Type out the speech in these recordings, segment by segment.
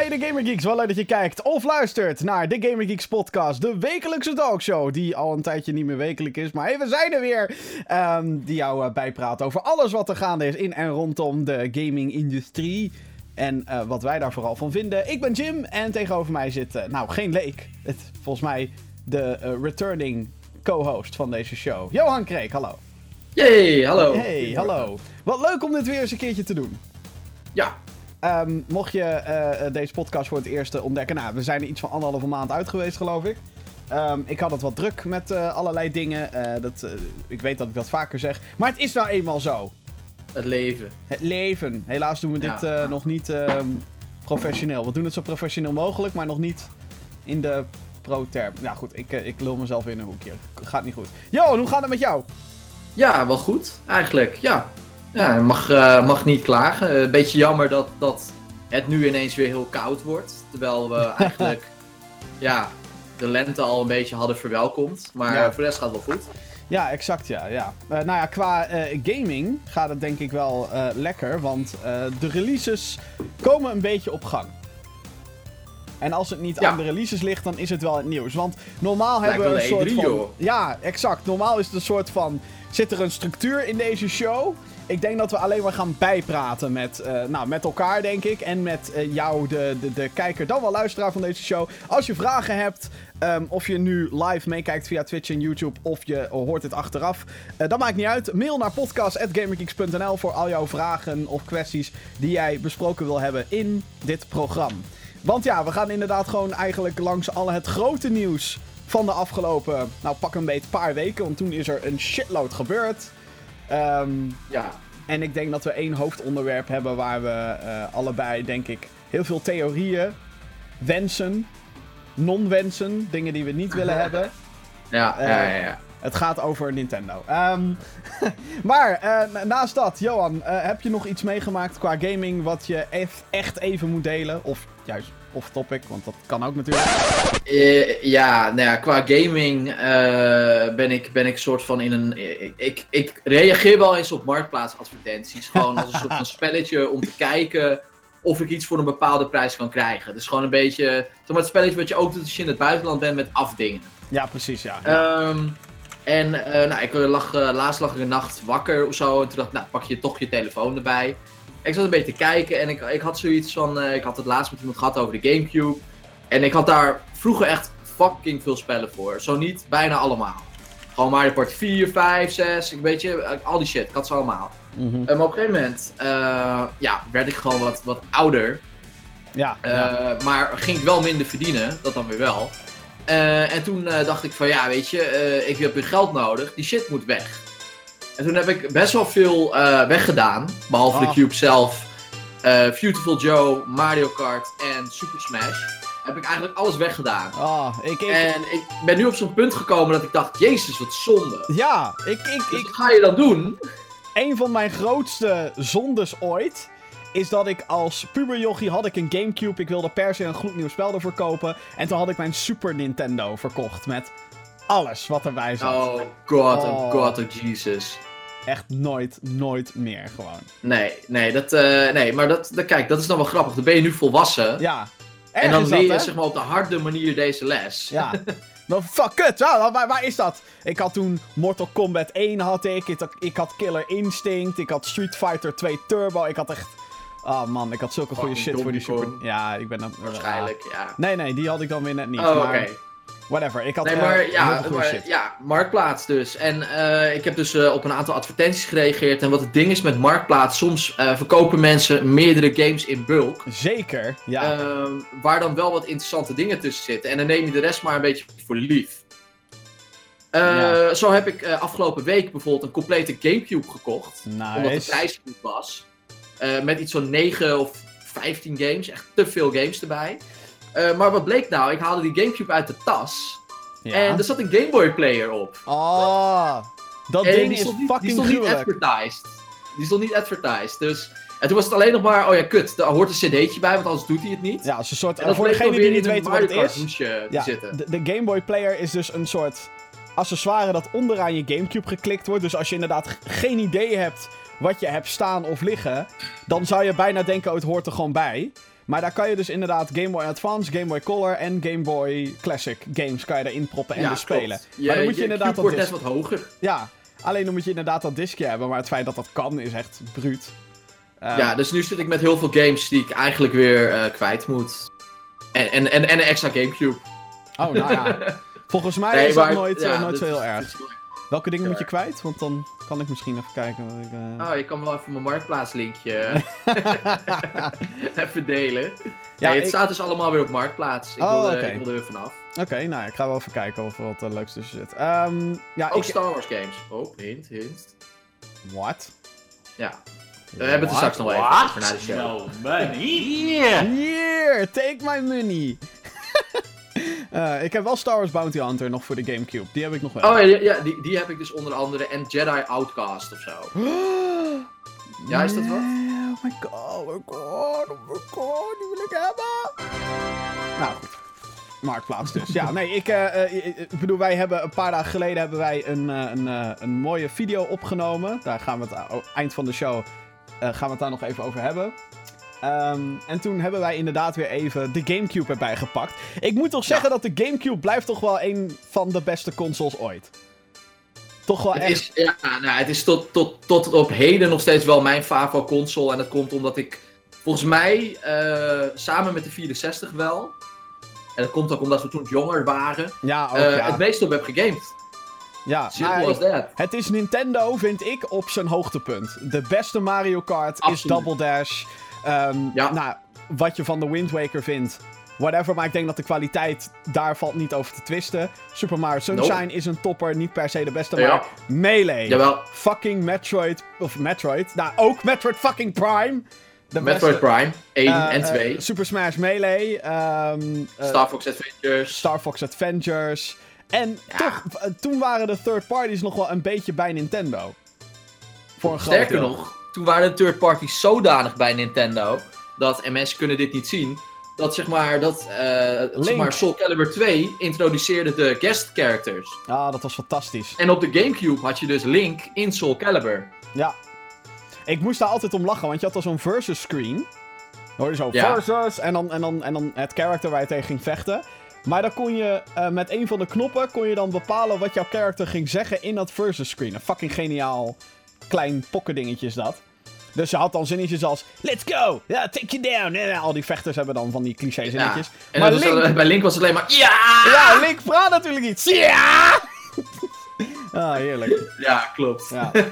Mede Gamer Geeks, wel leuk dat je kijkt of luistert naar de Gamer Geeks podcast. De wekelijkse talkshow, die al een tijdje niet meer wekelijk is. Maar hey, we zijn er weer. Die jou bijpraat over alles wat er gaande is in en rondom de gaming-industrie. En wat wij daar vooral van vinden. Ik ben Jim en tegenover mij zit, geen leek. Volgens mij de returning co-host van deze show. Johan Kreek, hallo. Yay, hallo. Hey, hallo. Wat leuk om dit weer eens een keertje te doen. Ja. Mocht je deze podcast voor het eerst ontdekken... Nou, we zijn er iets van 1,5 maand uit geweest, geloof ik. Ik had het wat druk met allerlei dingen. Ik weet dat ik dat vaker zeg. Maar het is nou eenmaal zo. Het leven. Het leven. Helaas doen we dit nog niet professioneel. We doen het zo professioneel mogelijk, maar nog niet in de pro-term. Ja goed, ik lul mezelf in een hoekje. Gaat niet goed. Johan, hoe gaat het met jou? Ja, wel goed, eigenlijk. Ja, mag niet klagen. Een beetje jammer dat het nu ineens weer heel koud wordt. Terwijl we eigenlijk de lente al een beetje hadden verwelkomd. Maar voor de rest gaat het wel goed. Ja, exact ja. Qua gaming gaat het denk ik wel lekker. Want de releases komen een beetje op gang. En als het niet aan de releases ligt, dan is het wel het nieuws. Want normaal hebben we een soort van... Joh. Ja, exact. Normaal is het een soort van... Zit er een structuur in deze show? Ik denk dat we alleen maar gaan bijpraten met elkaar, denk ik. En met jou, de kijker, dan wel luisteraar van deze show. Als je vragen hebt, of je nu live meekijkt via Twitch en YouTube, of je hoort het achteraf. Dat maakt niet uit. Mail naar podcast@gamergeeks.nl voor al jouw vragen of kwesties die jij besproken wil hebben in dit programma. Want ja, we gaan inderdaad gewoon eigenlijk langs al het grote nieuws van de afgelopen, pak een beetje paar weken. Want toen is er een shitload gebeurd. En ik denk dat we 1 hoofdonderwerp hebben waar we allebei, denk ik, heel veel theorieën, wensen, non-wensen, dingen die we niet willen hebben. Ja. Het gaat over Nintendo. Maar naast dat, Johan, heb je nog iets meegemaakt qua gaming wat je echt even moet delen? Of juist off-topic, want dat kan ook natuurlijk. Qua gaming ben ik soort van in een... Ik reageer wel eens op marktplaatsadvertenties. Gewoon als een soort van spelletje om te kijken of ik iets voor een bepaalde prijs kan krijgen. Dus gewoon een beetje... Het spelletje wat je ook doet als je in het buitenland bent met afdingen. Ja, precies, ja. Laatst lag ik een nacht wakker of zo. En toen dacht ik, pak je toch je telefoon erbij. Ik zat een beetje te kijken en ik had zoiets van... ik had het laatst met iemand gehad over de Gamecube. En ik had daar vroeger echt fucking veel spellen voor. Zo niet, bijna allemaal. Gewoon Mario Party 4, 5, 6, weet je, al die shit. Ik had ze allemaal. Mm-hmm. Maar op een gegeven moment werd ik gewoon wat ouder. Maar ging ik wel minder verdienen, dat dan weer wel. En toen dacht ik van ik heb weer geld nodig, die shit moet weg. En toen heb ik best wel veel weggedaan, behalve de Cube zelf, Beautiful Joe, Mario Kart en Super Smash. Heb ik eigenlijk alles weggedaan. En ik ben nu op zo'n punt gekomen dat ik dacht, jezus, wat zonde. Ja, wat ga je dan doen? Een van mijn grootste zondes ooit is dat ik als puberjochie had ik een Gamecube. Ik wilde per se een gloednieuw spel ervoor kopen. En toen had ik mijn Super Nintendo verkocht met alles wat erbij zat. Oh god, oh Jesus. Echt nooit meer gewoon. Kijk, dat is dan wel grappig. Dan ben je nu volwassen. Ja. En dan leer je zeg maar op de harde manier deze les. Ja. Nou, fuck it. Waar is dat? Ik had toen Mortal Kombat 1 had ik had Killer Instinct. Ik had Street Fighter 2 Turbo. Ik had echt... Oh man, ik had zulke goede shit voor die Super... Ja, ik ben dan... Waarschijnlijk, ja. Nee, die had ik dan weer net niet. Oké. Whatever, ik had Marktplaats dus. En ik heb dus op een aantal advertenties gereageerd. En wat het ding is met Marktplaats, soms verkopen mensen meerdere games in bulk. Zeker, ja. Waar dan wel wat interessante dingen tussen zitten. En dan neem je de rest maar een beetje voor lief. Zo heb ik afgelopen week bijvoorbeeld een complete Gamecube gekocht. Nice. Omdat de prijs goed was. Met iets van 9 of 15 games. Echt te veel games erbij. Maar wat bleek nou? Ik haalde die Gamecube uit de tas. Ja. En er zat een Game Boy player op. Dat ding is fucking gruwelijk. Die stond niet advertised. Dus... En toen was het alleen nog maar, daar hoort een cd'tje bij, want anders doet hij het niet. Ja, als een soort... voor degenen die niet weten wat het is... zitten. De Game Boy player is dus een soort accessoire dat onderaan je Gamecube geklikt wordt. Dus als je inderdaad geen idee hebt wat je hebt staan of liggen, dan zou je bijna denken, het hoort er gewoon bij. Maar daar kan je dus inderdaad Game Boy Advance, Game Boy Color en Game Boy Classic games kan je daarin proppen en spelen. Maar dan moet je inderdaad dat wordt net wat hoger. Ja, alleen dan moet je inderdaad dat diskje hebben. Maar het feit dat dat kan is echt bruut. Ja, dus nu zit ik met heel veel games die ik eigenlijk weer kwijt moet. En een extra Gamecube. Oh, nou ja. Volgens mij is dat nooit zo heel erg. Welke dingen moet je kwijt? Want dan kan ik misschien even kijken. Wat ik, je kan wel even mijn Marktplaats-linkje even delen. Ja, het staat dus allemaal weer op Marktplaats. Ik wil er weer vanaf. Oké, nou ik ga wel even kijken of er wat leuks tussen zit. Ook Star Wars games. Oh, hint. What? Ja. We hebben het er straks nog wel even over na de show. No money? Here, take my money. Ik heb wel Star Wars Bounty Hunter nog voor de Gamecube. Die heb ik nog wel. Oh ja, die heb ik dus onder andere. En Jedi Outcast of zo. Ja, is dat wat? Oh my god, die wil ik hebben. Nou goed. Marktplaats dus. Ja, nee, ik bedoel, wij hebben een paar dagen geleden een mooie video opgenomen. Daar gaan we het eind van de show gaan we het daar nog even over hebben. En toen hebben wij inderdaad weer even de Gamecube erbij gepakt. Ik moet toch zeggen dat de Gamecube blijft toch wel een van de beste consoles ooit. Toch wel echt. Het is tot op heden nog steeds wel mijn favo console. En dat komt omdat ik volgens mij samen met de 64 wel. En dat komt ook omdat we toen jonger waren. Het meest op heb gegamed. Ja, het is Nintendo, vind ik, op zijn hoogtepunt. De beste Mario Kart is Double Dash. Nou, wat je van de Wind Waker vindt, whatever. Maar ik denk dat de kwaliteit, daar valt niet over te twisten. Super Mario Sunshine is een topper. Niet per se de beste, maar Melee. Jawel. Fucking Metroid. Nou, ook Metroid fucking Prime. Metroid Prime 1 en 2. Super Smash Melee. Star Fox Adventures. En toch, toen waren de third parties nog wel een beetje bij Nintendo. Sterker nog, toen waren de third parties zodanig bij Nintendo, dat mensen kunnen dit niet zien, dat zeg maar Soul Calibur 2 introduceerde de guest characters. Ah, dat was fantastisch. En op de Gamecube had je dus Link in Soul Calibur. Ja. Ik moest daar altijd om lachen, want je had al zo'n versus screen. Dan hoor je zo versus en dan het character waar je tegen ging vechten. Maar dan kon je met een van de knoppen kon je dan bepalen wat jouw character ging zeggen in dat versus screen. Een fucking geniaal klein pokkendingetje is dat. Dus je had dan zinnetjes als let's go, take you down. En al die vechters hebben dan van die cliché zinnetjes. En maar bij Link was het alleen maar Ja, Link praat natuurlijk niet. Ja! Ah, heerlijk. Ja, klopt.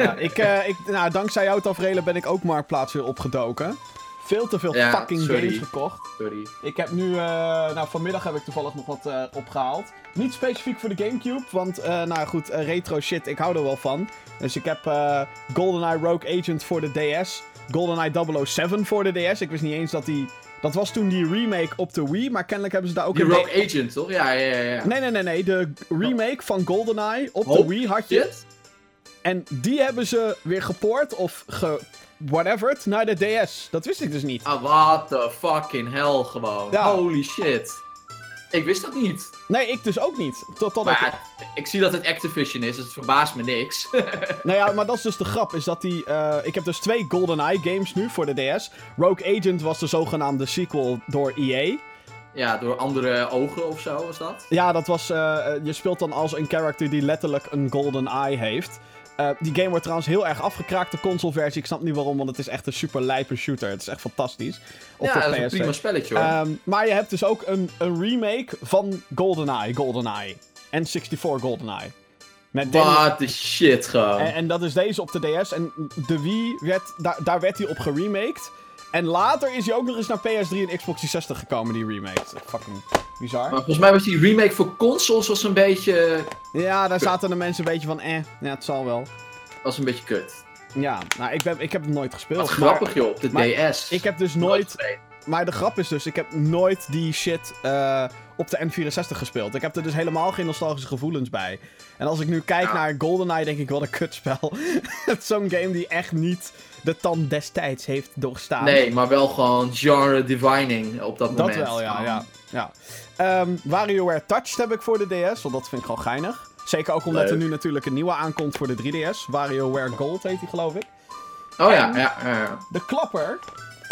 Nou, dankzij jouw taferelen ben ik ook Marktplaats weer opgedoken. Veel te veel fucking games gekocht. Sorry. Ik heb nu, vanmiddag heb ik toevallig nog wat opgehaald. Niet specifiek voor de Gamecube, want, retro shit, ik hou er wel van. Dus ik heb GoldenEye Rogue Agent voor de DS. GoldenEye 007 voor de DS. Ik wist niet eens dat die... Dat was toen die remake op de Wii, maar kennelijk hebben ze daar ook... Die Rogue Agent, toch? Ja. Nee. De remake van GoldenEye op de Wii had je. En die hebben ze weer gepoord of whatevered naar de DS. Dat wist ik dus niet. What the fucking hell gewoon. Ja. Holy shit. Ik wist dat niet. Nee, ik dus ook niet. Ik zie dat het Activision is, dus het verbaast me niks. Nou ja, maar dat is dus de grap. Is dat ik heb dus 2 GoldenEye games nu voor de DS. Rogue Agent was de zogenaamde sequel door EA. Ja, door andere ogen of zo was dat? Ja, dat was... je speelt dan als een character die letterlijk een golden eye heeft. Die game wordt trouwens heel erg afgekraakt, de consoleversie. Ik snap niet waarom, want het is echt een super lijpe shooter. Het is echt fantastisch. Dat is een prima spelletje hoor. Maar je hebt dus ook een remake van GoldenEye. N64 GoldenEye. What the shit gewoon. En dat is deze op de DS. En de Wii, daar werd hij op geremaked. En later is hij ook nog eens naar PS3 en Xbox 360 gekomen, die remake. Fucking bizar. Maar volgens mij was die remake voor consoles een beetje... Ja, daar zaten de mensen een beetje van, ja, het zal wel. Was een beetje kut. Ja, nou, ik heb het nooit gespeeld. Wat grappig joh, op de DS. Ik heb dus nooit... Maar de grap is dus, ik heb nooit die shit op de N64 gespeeld. Ik heb er dus helemaal geen nostalgische gevoelens bij. En als ik nu kijk naar GoldenEye, denk ik, wat een kutspel. Het is zo'n game die echt niet de tand destijds heeft doorstaan. Nee, maar wel gewoon genre defining op dat moment. Dat wel, ja. WarioWare Touched heb ik voor de DS, want dat vind ik gewoon geinig. Zeker ook omdat er nu natuurlijk een nieuwe aankomt voor de 3DS. WarioWare Gold heet die, geloof ik. Oh ja. De klapper...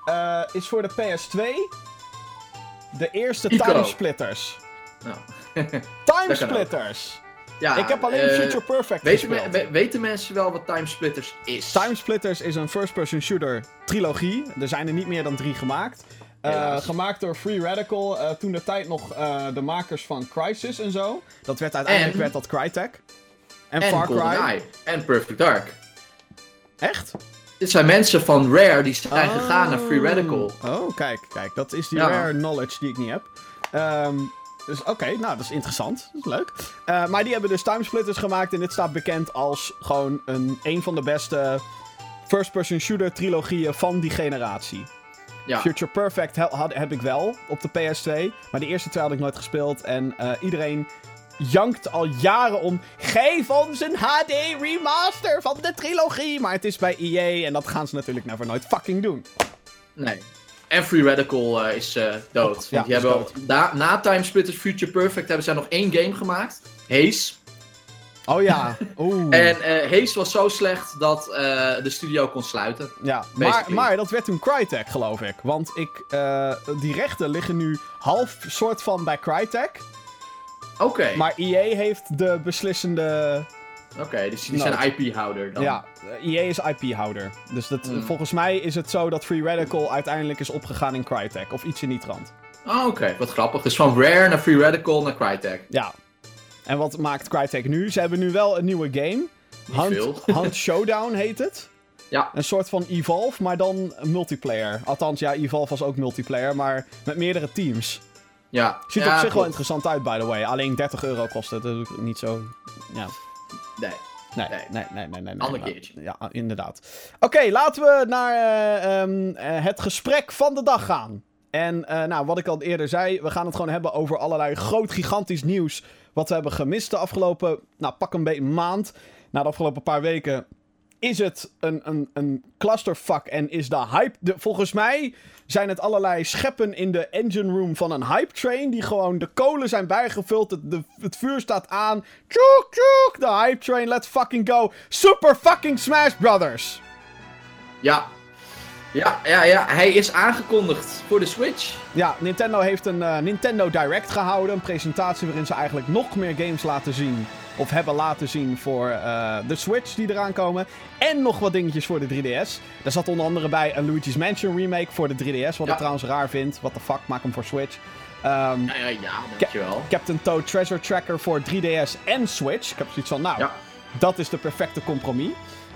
is voor de PS2 de eerste Ico. Timesplitters. Nou. Timesplitters! Ja, ik heb alleen Future Perfect gespeeld. Weten mensen wel wat Timesplitters is? Timesplitters is een first-person shooter trilogie. Er zijn er niet meer dan 3 gemaakt. Gemaakt door Free Radical. Toen de tijd nog de makers van Crysis en zo. Dat werd uiteindelijk werd dat Crytek. En Far Cry. GoldenEye. En Perfect Dark. Echt? Dit zijn mensen van Rare die zijn gegaan naar Free Radical. Oh, kijk. Dat is die Rare knowledge die ik niet heb. Dus oké, nou, dat is interessant. Dat is leuk. Maar die hebben dus Timesplitters gemaakt. En dit staat bekend als gewoon een van de beste first-person shooter trilogieën van die generatie. Ja. Future Perfect heb ik wel op de PS2. Maar de eerste 2 had ik nooit gespeeld. En iedereen jankt al jaren om... Geef ons een HD remaster van de trilogie! Maar het is bij EA en dat gaan ze natuurlijk never nooit fucking doen. Nee. En Free Radical is dood. Want die hebben na Timesplitters Future Perfect hebben zij nog 1 game gemaakt. Haze. Oh ja. En Haze was zo slecht dat de studio kon sluiten. Ja, maar dat werd toen Crytek, geloof ik. Want die rechten liggen nu half soort van bij Crytek. Oké. Maar EA heeft de beslissende... Oké, dus die zijn IP-houder dan. Ja, EA is IP-houder. Dus volgens mij is het zo dat Free Radical uiteindelijk is opgegaan in Crytek. Of iets in die trant. Oh, oké. Wat grappig. Dus van Rare naar Free Radical naar Crytek. Ja. En wat maakt Crytek nu? Ze hebben nu wel een nieuwe game. Hunt Showdown heet het. Ja. Een soort van Evolve, maar dan multiplayer. Althans, ja, Evolve was ook multiplayer, maar met meerdere teams. Ja. Ziet er op zich wel interessant uit, by the way. Alleen €30 kost het. Dat is niet zo... Ja. Nee. Ander keertje. Ja, inderdaad. Oké, laten we naar het gesprek van de dag gaan. En wat ik al eerder zei, we gaan het gewoon hebben over allerlei groot, gigantisch nieuws wat we hebben gemist de afgelopen, pak een beetje maand. Na de afgelopen paar weken is het een clusterfuck en is de hype... Volgens mij zijn het allerlei scheppen in de engine room van een hype train die gewoon de kolen zijn bijgevuld, het vuur staat aan. Tjoek, tjoek, de hype train, let's fucking go. Super fucking Smash Brothers. Ja, hij is aangekondigd voor de Switch. Ja, Nintendo heeft een Nintendo Direct gehouden. Een presentatie waarin ze eigenlijk nog meer games laten zien. Of hebben laten zien voor de Switch die eraan komen. En nog wat dingetjes voor de 3DS. Daar zat onder andere bij een Luigi's Mansion remake voor de 3DS. Wat ik trouwens raar vind. What the fuck, maak hem voor Switch. Dankjewel. Captain Toad Treasure Tracker voor 3DS en Switch. Ik heb zoiets van, dat is de perfecte compromis.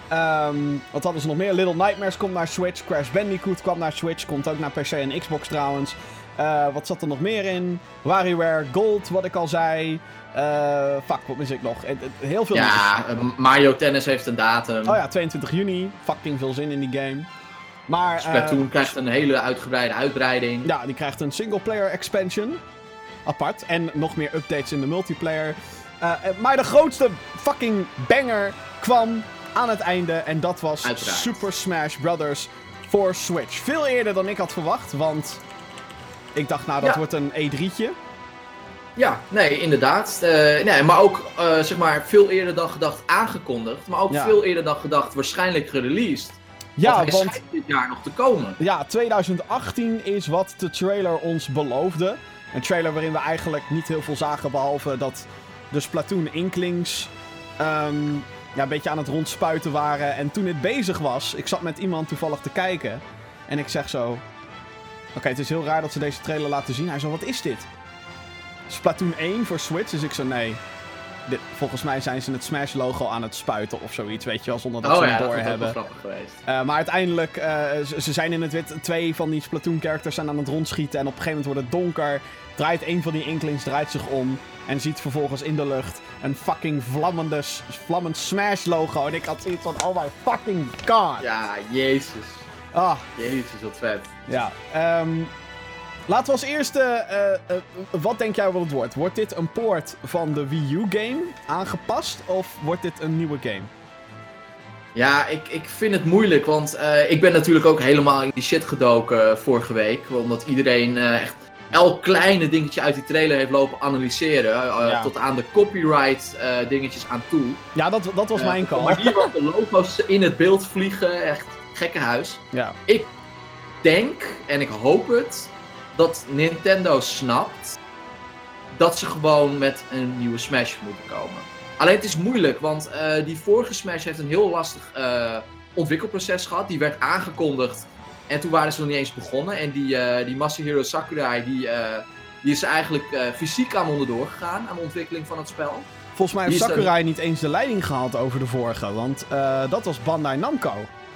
Wat hadden ze nog meer? Little Nightmares komt naar Switch. Crash Bandicoot kwam naar Switch. Komt ook naar PC en Xbox trouwens. Wat zat er nog meer in? WarioWare Gold, wat ik al zei. Wat mis ik nog? Heel veel. Ja, Mario Tennis heeft een datum. Oh ja, 22 juni. Fucking veel zin in die game. Maar Splatoon krijgt een hele uitgebreide uitbreiding. Ja, die krijgt een singleplayer expansion. Apart. En nog meer updates in de multiplayer. Maar de grootste fucking banger kwam aan het einde. En dat was Super Smash Brothers voor Switch. Veel eerder dan ik had verwacht. Want ik dacht, dat wordt een E3'tje. Ja, nee, inderdaad. Maar ook veel eerder dan gedacht aangekondigd. Maar ook veel eerder dan gedacht waarschijnlijk gereleased. Ja, want hij schijnt dit jaar nog te komen. Ja, 2018 is wat de trailer ons beloofde. Een trailer waarin we eigenlijk niet heel veel zagen, behalve dat de Splatoon Inklings een beetje aan het rondspuiten waren. En toen het bezig was, ik zat met iemand toevallig te kijken. En ik zeg zo... Oké, het is heel raar dat ze deze trailer laten zien. Hij zo, wat is dit? Splatoon 1 voor Switch. Dus ik zo, nee. Volgens mij zijn ze het Smash-logo aan het spuiten of zoiets, weet je wel, zonder dat ze het door hebben. Dat is wel grappig geweest. Maar uiteindelijk, ze zijn in het wit. 2 van die Splatoon-characters zijn aan het rondschieten. En op een gegeven moment wordt het donker. Draait een van die Inklings zich om. En ziet vervolgens in de lucht een fucking vlammend Smash-logo. En ik had zoiets van, oh my fucking god. Ja, jezus. Jezus, wat vet. Ja, laten we als eerste... wat denk jij wat het wordt? Wordt dit een port van de Wii U-game aangepast? Of wordt dit een nieuwe game? Ja, ik vind het moeilijk. Want ik ben natuurlijk ook helemaal in die shit gedoken vorige week. Omdat iedereen echt elk kleine dingetje uit die trailer heeft lopen analyseren. Tot aan de copyright dingetjes aan toe. Ja, dat was mijn call. Maar hier wat de logo's in het beeld vliegen. Echt gekkenhuis. Ja. denk, en ik hoop het, dat Nintendo snapt dat ze gewoon met een nieuwe Smash moeten komen. Alleen het is moeilijk, want die vorige Smash heeft een heel lastig ontwikkelproces gehad. Die werd aangekondigd en toen waren ze nog niet eens begonnen. En die Masahiro Sakurai, die is eigenlijk fysiek aan onderdoor gegaan aan de ontwikkeling van het spel. Volgens mij heeft Sakurai niet eens de leiding gehad over de vorige, want dat was Bandai Namco.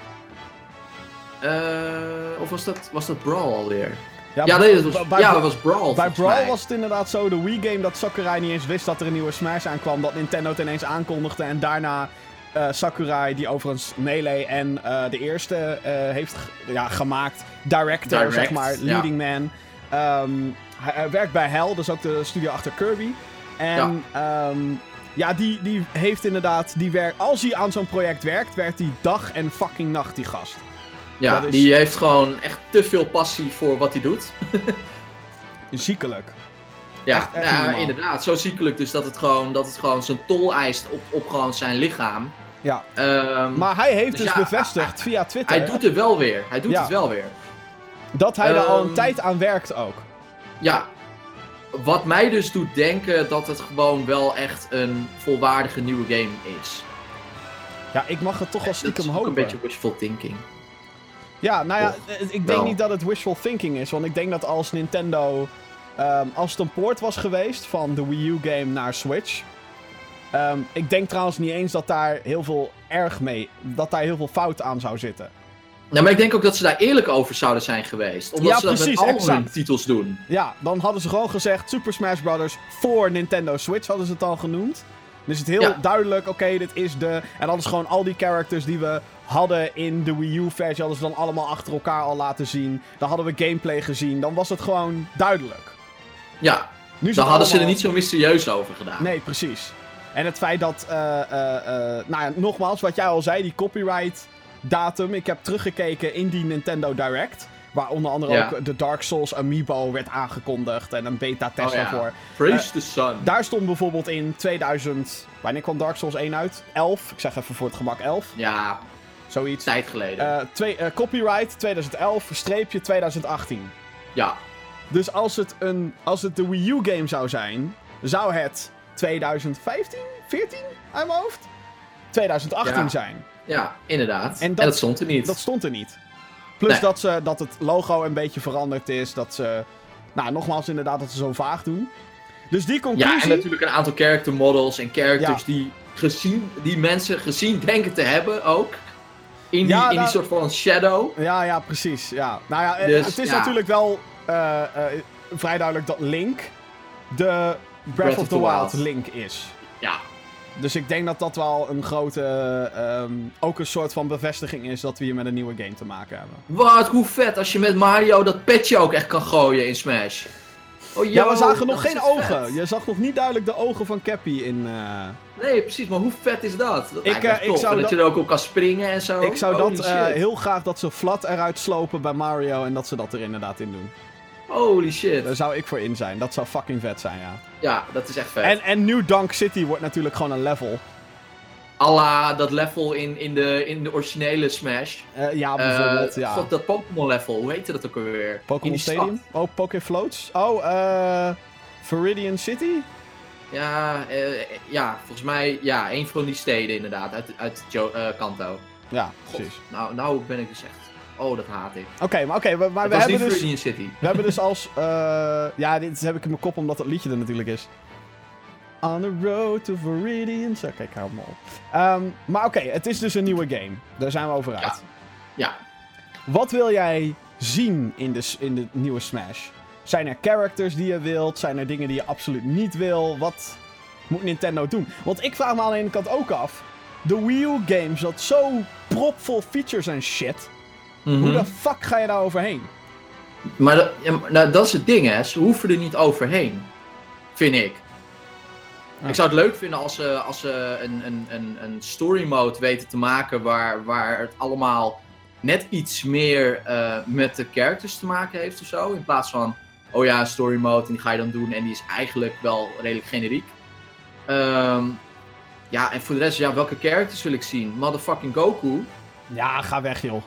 Of was dat Brawl alweer? Ja, dat was Brawl. Bij Brawl was het inderdaad zo, de Wii-game, dat Sakurai niet eens wist dat er een nieuwe Smash aankwam. Dat Nintendo het ineens aankondigde en daarna Sakurai, die overigens Melee en de eerste heeft gemaakt. Director, zeg maar, leading man. Hij werkt bij HAL, dus ook de studio achter Kirby. En die heeft inderdaad, als hij aan zo'n project werkt hij dag en fucking nacht, die gast. Ja, die heeft gewoon echt te veel passie voor wat hij doet. Ziekelijk. Ja, echt inderdaad. Zo ziekelijk dus dat het gewoon zijn tol eist op gewoon zijn lichaam. Ja. Maar hij heeft dus bevestigd via Twitter. Hij doet het wel weer. Dat hij er al een tijd aan werkt ook. Ja. Wat mij dus doet denken dat het gewoon wel echt een volwaardige nieuwe game is. Ja, ik mag het toch wel stiekem hopen. Dat is ook een beetje wishful thinking. Ja, nou ja, ik denk niet dat het wishful thinking is. Want ik denk dat als Nintendo... als het een poort was geweest van de Wii U game naar Switch... ik denk trouwens niet eens dat daar heel veel dat daar heel veel fout aan zou zitten. Nou, maar ik denk ook dat ze daar eerlijk over zouden zijn geweest. Omdat ze dat met al hun titels doen. Ja, dan hadden ze gewoon gezegd... Super Smash Bros. Voor Nintendo Switch hadden ze het al genoemd. Dan is het heel duidelijk, oké, dit is de... En dan hadden ze gewoon al die characters die we hadden in de Wii U-versie... hadden ze dan allemaal achter elkaar al laten zien. Dan hadden we gameplay gezien. Dan was het gewoon duidelijk. Ja, dan hadden ze er niet zo mysterieus over gedaan. Nee, precies. En het feit dat... nogmaals, wat jij al zei, die copyright datum. Ik heb teruggekeken in die Nintendo Direct... Waar onder andere ook de Dark Souls Amiibo werd aangekondigd. En een beta-test daarvoor. Praise the sun. Daar stond bijvoorbeeld in 2000... Wanneer kwam Dark Souls 1 uit? 11. Ik zeg even voor het gemak 11. Ja. Zoiets. Tijd geleden. Copyright 2011, streepje 2018. Ja. Dus als het de Wii U game zou zijn... Zou het 2015? 14? Uit mijn hoofd? 2018 zijn. Ja, inderdaad. En dat stond er niet. Dat stond er niet. Plus dat het logo een beetje veranderd is. Dat ze... Nou, nogmaals inderdaad dat ze zo vaag doen. Dus die conclusie... Ja, en natuurlijk een aantal character models en characters die mensen gezien denken te hebben ook. In die soort van shadow. Ja, precies. Ja. Nou ja, dus, het is natuurlijk wel vrij duidelijk dat Link de Breath of the Wild Link is. Ja. Dus ik denk dat dat wel een grote... ook een soort van bevestiging is dat we hier met een nieuwe game te maken hebben. Wat, hoe vet als je met Mario dat petje ook echt kan gooien in Smash. Oh, ja, we zagen nog geen ogen. Vet. Je zag nog niet duidelijk de ogen van Cappy in... Nee, precies, maar hoe vet is dat? Ik zou dat je er ook op kan springen en zo. Ik zou heel graag dat ze Vlad eruit slopen bij Mario en dat ze dat er inderdaad in doen. Holy shit. Daar zou ik voor in zijn. Dat zou fucking vet zijn, ja. Ja, dat is echt vet. En New Donk City wordt natuurlijk gewoon een level. Alla dat level in de originele Smash. Ja, bijvoorbeeld, ja. God, dat Pokémon level. Hoe heette dat ook alweer? Pokémon Stadium? Oh, Poké Floats? Oh, Viridian City? Ja, volgens mij, een van die steden inderdaad. Uit Kanto. Ja, precies. Nou ben ik dus echt... Oh, dat haat ik. Oké, maar we hebben dus... Viridian City. We hebben dus als... dit heb ik in mijn kop omdat dat liedje er natuurlijk is. On the road to Viridian... Oké, ik hou hem op. Maar oké, het is dus een nieuwe game. Daar zijn we over uit. Ja. Wat wil jij zien in de nieuwe Smash? Zijn er characters die je wilt? Zijn er dingen die je absoluut niet wil? Wat moet Nintendo doen? Want ik vraag me aan de ene kant ook af... De Wii U game zat zo propvol features en shit... Mm-hmm. Hoe de fuck ga je daar overheen? Maar dat is het ding, hè. Ze hoeven er niet overheen. Vind ik. Ja. Ik zou het leuk vinden als ze een story mode weten te maken... waar het allemaal net iets meer met de characters te maken heeft of zo. In plaats van, een story mode en die ga je dan doen... en die is eigenlijk wel redelijk generiek. En voor de rest, welke characters wil ik zien? Motherfucking Goku. Ja, ga weg, joh.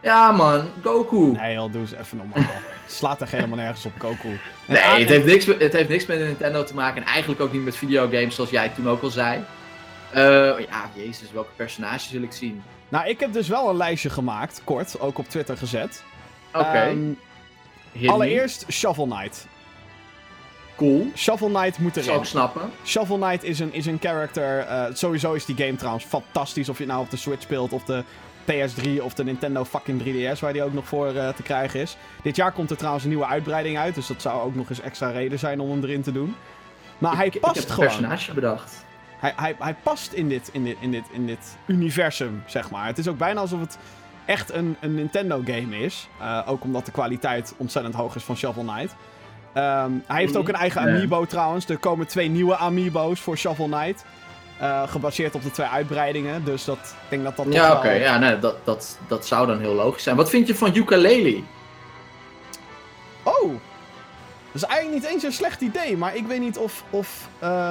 Ja man, Goku. Nee joh, doe eens even normaal. Slaat er helemaal nergens op, Goku. Nee, het heeft niks met Nintendo te maken. En eigenlijk ook niet met videogames, zoals jij toen ook al zei. Ja, jezus, welke personages wil ik zien? Nou, ik heb dus wel een lijstje gemaakt, kort, ook op Twitter gezet. Oké. Allereerst Shovel Knight. Cool. Shovel Knight moet erin. Zou ik snappen. Shovel Knight is een character. Sowieso is die game trouwens fantastisch. Of je het nou op de Switch speelt, of de PS3, of de Nintendo fucking 3DS, waar die ook nog voor te krijgen is. Dit jaar komt er trouwens een nieuwe uitbreiding uit. Dus dat zou ook nog eens extra reden zijn om hem erin te doen. Maar hij past ik heb gewoon. een personage bedacht. Hij past in dit universum, zeg maar. Het is ook bijna alsof het echt een Nintendo game is. Ook omdat de kwaliteit ontzettend hoog is van Shovel Knight. Hij heeft ook een eigen amiibo trouwens. Er komen 2 nieuwe amiibo's voor Shovel Knight. Gebaseerd op de 2 uitbreidingen. Dus ik denk dat dat ja, oké. Ja, nee, dat zou dan heel logisch zijn. Wat vind je van Yooka-Laylee? Oh! Dat is eigenlijk niet eens een slecht idee. Maar ik weet niet of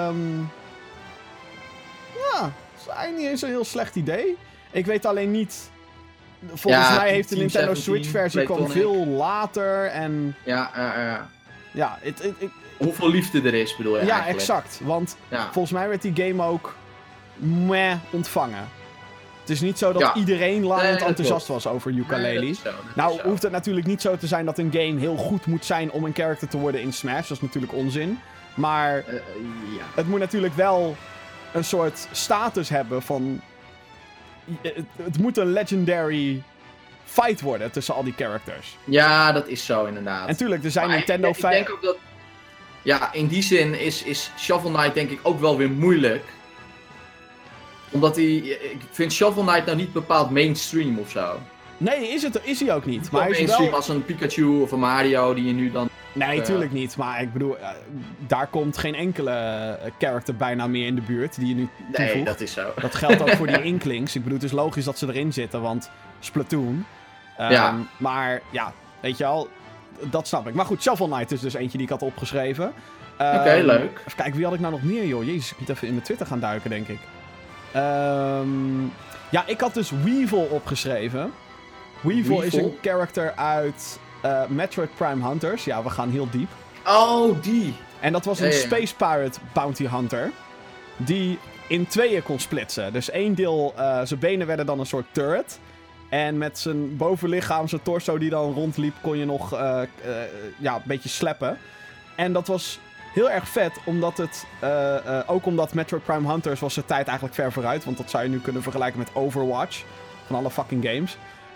ja, dat is eigenlijk niet eens een heel slecht idee. Ik weet alleen niet. Volgens mij heeft de Nintendo Switch versie kwam veel later en. Ja, hoeveel liefde er is, bedoel je eigenlijk? Ja, exact. Want volgens mij werd die game ook ontvangen. Het is niet zo dat iedereen laaiend enthousiast was over Yooka-Laylee. Nou, hoeft het natuurlijk niet zo te zijn dat een game heel goed moet zijn om een character te worden in Smash. Dat is natuurlijk onzin. Maar het moet natuurlijk wel een soort status hebben van. Het moet een legendary fight worden tussen al die characters. Ja, dat is zo inderdaad. En tuurlijk, er zijn Nintendo ik denk ook dat. Ja, in die zin is Shovel Knight denk ik ook wel weer moeilijk. Omdat ik vind Shovel Knight nou niet bepaald mainstream of zo. Nee, is hij ook niet. Maar hij is mainstream wel. Als een Pikachu of een Mario die je nu dan. Nee, tuurlijk niet. Maar ik bedoel, daar komt geen enkele character bijna meer in de buurt die je nu toevoegt. Nee, dat is zo. Dat geldt ook voor die Inklings. Ik bedoel, het is logisch dat ze erin zitten, want Splatoon. Maar ja, weet je wel, dat snap ik. Maar goed, Shovel Knight is dus eentje die ik had opgeschreven. Oké, leuk. Even kijken, wie had ik nou nog meer, joh? Jezus, ik moet even in mijn Twitter gaan duiken, denk ik. Ja, ik had dus Weevil opgeschreven. Weevil is een character uit Metroid Prime Hunters. Ja, we gaan heel diep. Oh, die. En dat was een Space Pirate Bounty Hunter. Die in 2 kon splitsen. Dus 1 deel, zijn benen werden dan een soort turret. En met zijn bovenlichaam, zijn torso die dan rondliep, kon je nog een beetje slappen. En dat was heel erg vet, omdat het. Ook omdat Metroid Prime Hunters was zijn tijd eigenlijk ver vooruit. Want dat zou je nu kunnen vergelijken met Overwatch. Van alle fucking games.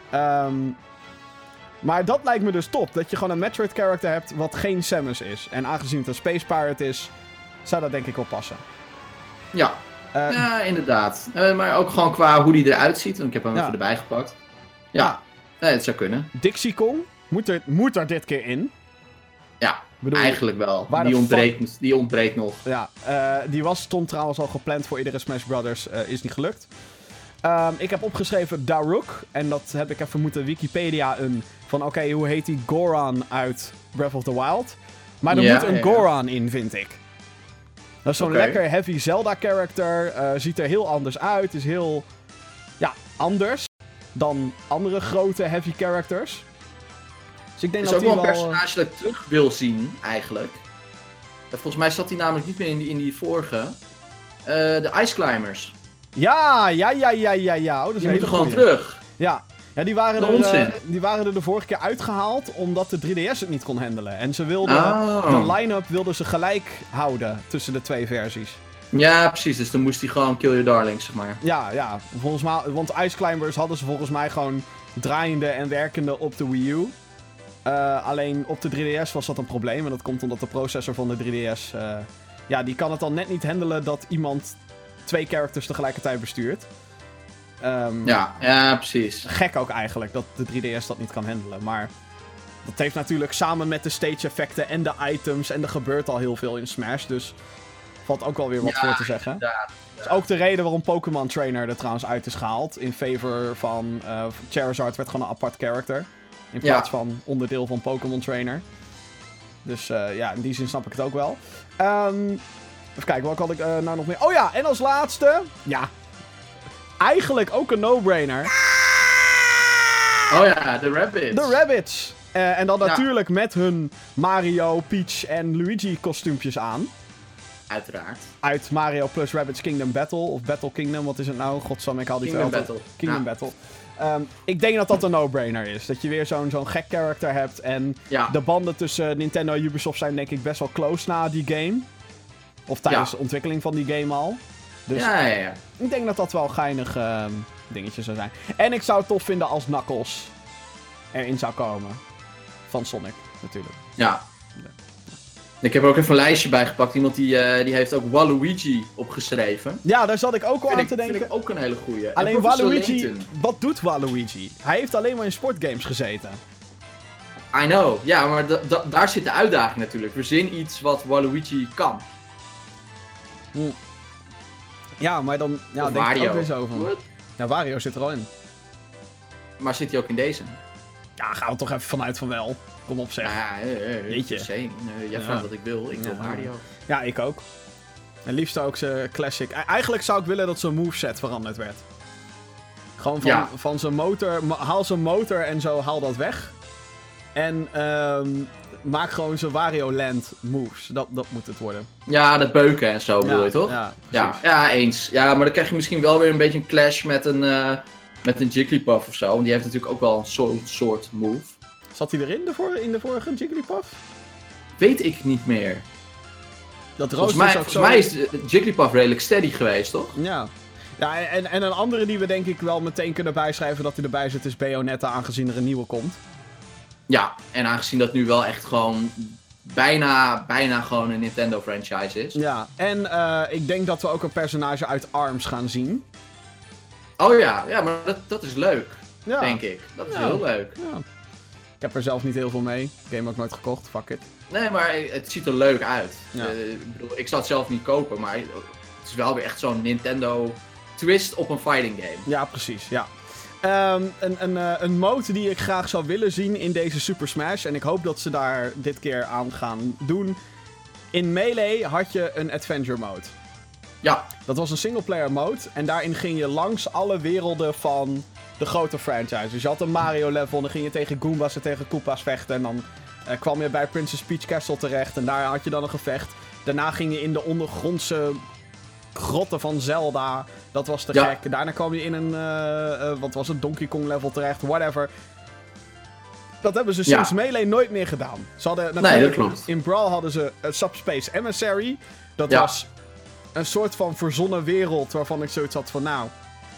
Maar dat lijkt me dus top. Dat je gewoon een Metroid character hebt wat geen Samus is. En aangezien het een Space Pirate is, zou dat denk ik wel passen. Ja, ja inderdaad. Maar ook gewoon qua hoe die eruit ziet. Want ik heb hem even erbij gepakt. Ja, het zou kunnen. Dixie Kong moet er dit keer in. Ja, eigenlijk wel. Die ontbreekt nog. Ja, stond trouwens al gepland voor iedere Smash Brothers. Is niet gelukt. Ik heb opgeschreven Daruk. En dat heb ik even moeten Wikipedia van oké, hoe heet die Goron uit Breath of the Wild? Maar er moet een Goron in, vind ik. Dat is zo'n lekker heavy Zelda character. Ziet er heel anders uit. Is heel anders dan andere grote heavy characters. Dus ik denk dat is ook wel een personage dat ik terug wil zien, eigenlijk. Volgens mij zat hij namelijk niet meer in die vorige. De Ice Climbers. Ja. Oh, die moeten gewoon terug. Ja, die waren er de vorige keer uitgehaald omdat de 3DS het niet kon handelen. En ze wilden de line-up wilden ze gelijk houden tussen de 2 versies. Ja, precies. Dus dan moest hij gewoon Kill Your Darlings, zeg maar. Ja. Volgens mij, want Ice Climbers hadden ze volgens mij gewoon draaiende en werkende op de Wii U. Alleen op de 3DS was dat een probleem. En dat komt omdat de processor van de 3DS... die kan het dan net niet handelen dat iemand 2 characters tegelijkertijd bestuurt. Ja, precies. Gek ook eigenlijk dat de 3DS dat niet kan handelen. Maar dat heeft natuurlijk samen met de stage effecten en de items... en er gebeurt al heel veel in Smash. Dus valt ook wel weer wat voor te zeggen. Inderdaad. Dat is ook de reden waarom Pokémon Trainer er trouwens uit is gehaald. In favor van Charizard werd gewoon een apart character. In plaats van onderdeel van Pokémon Trainer. Dus in die zin snap ik het ook wel. Even kijken, wat had ik nou nog meer? Oh ja, en als laatste... Ja, eigenlijk ook een no-brainer. Oh ja, de Rabbids. De Rabbids. En dan natuurlijk met hun Mario, Peach en Luigi kostuumpjes aan. Uiteraard. Uit Mario plus Rabbids Kingdom Battle. Of Battle Kingdom, wat is het nou? Godsam, ik haal die Kingdom twee Battle. Kingdom Battle. Ik denk dat dat een no-brainer is. Dat je weer zo'n gek character hebt. En de banden tussen Nintendo en Ubisoft zijn denk ik best wel close na die game. Of tijdens de ontwikkeling van die game al. Dus ja. Ik denk dat dat wel een geinig dingetje zou zijn. En ik zou het tof vinden als Knuckles erin zou komen. Van Sonic, natuurlijk. Ja. Ik heb er ook even een lijstje bij gepakt. Iemand die heeft ook Waluigi opgeschreven. Ja, daar zat ik ook al aan te denken. Vind ik ook een hele goeie. Alleen Waluigi, wat doet Waluigi? Hij heeft alleen maar in sportgames gezeten. I know. Ja, maar daar zit de uitdaging natuurlijk. Verzin iets wat Waluigi kan. Ja, maar dan denk ik ook weer zo van... What? Ja, Wario zit er al in. Maar zit hij ook in deze? Ja, gaan we toch even vanuit van wel. Kom op zeg. Jeetje. Jij vraagt wat ik wil. Ik wil Mario. Ja, ik ook. En liefst ook zijn classic. Eigenlijk zou ik willen dat zijn moveset veranderd werd. Gewoon van zijn motor. Haal zijn motor en zo, haal dat weg. En maak gewoon zijn Wario Land moves. Dat moet het worden. Ja, dat beuken en zo bedoel je toch? Ja, eens. Ja, maar dan krijg je misschien wel weer een beetje een clash met een Jigglypuff of zo. Want die heeft natuurlijk ook wel een soort move. Zat hij erin in de vorige Jigglypuff? Weet ik niet meer. Volgens mij is Jigglypuff redelijk steady geweest, toch? Ja. Ja, en een andere die we denk ik wel meteen kunnen bijschrijven dat hij erbij zit is Bayonetta, aangezien er een nieuwe komt. Ja, en aangezien dat nu wel echt gewoon bijna gewoon een Nintendo franchise is. Ja, en ik denk dat we ook een personage uit ARMS gaan zien. Oh ja, maar dat is leuk, denk ik. Dat is heel leuk. Ja. Ik heb er zelf niet heel veel mee. Game ook nooit gekocht, fuck it. Nee, maar het ziet er leuk uit. Ja. Ik bedoel, ik zou het zelf niet kopen, maar het is wel weer echt zo'n Nintendo twist op een fighting game. Ja, precies, ja. Een mode die ik graag zou willen zien in deze Super Smash, en ik hoop dat ze daar dit keer aan gaan doen. In Melee had je een Adventure mode. Ja. Dat was een singleplayer mode en daarin ging je langs alle werelden van de grote franchise. Dus je had een Mario level en dan ging je tegen Goombas en tegen Koopa's vechten en dan kwam je bij Princess Peach Castle terecht en daar had je dan een gevecht. Daarna ging je in de ondergrondse grotten van Zelda. Dat was te gek. Daarna kwam je in een, wat was het, Donkey Kong level terecht, whatever. Dat hebben ze sinds Melee nooit meer gedaan. Ze hadden natuurlijk, dat klopt. In Brawl hadden ze Subspace Emissary. Dat was een soort van verzonnen wereld waarvan ik zoiets had van, nou,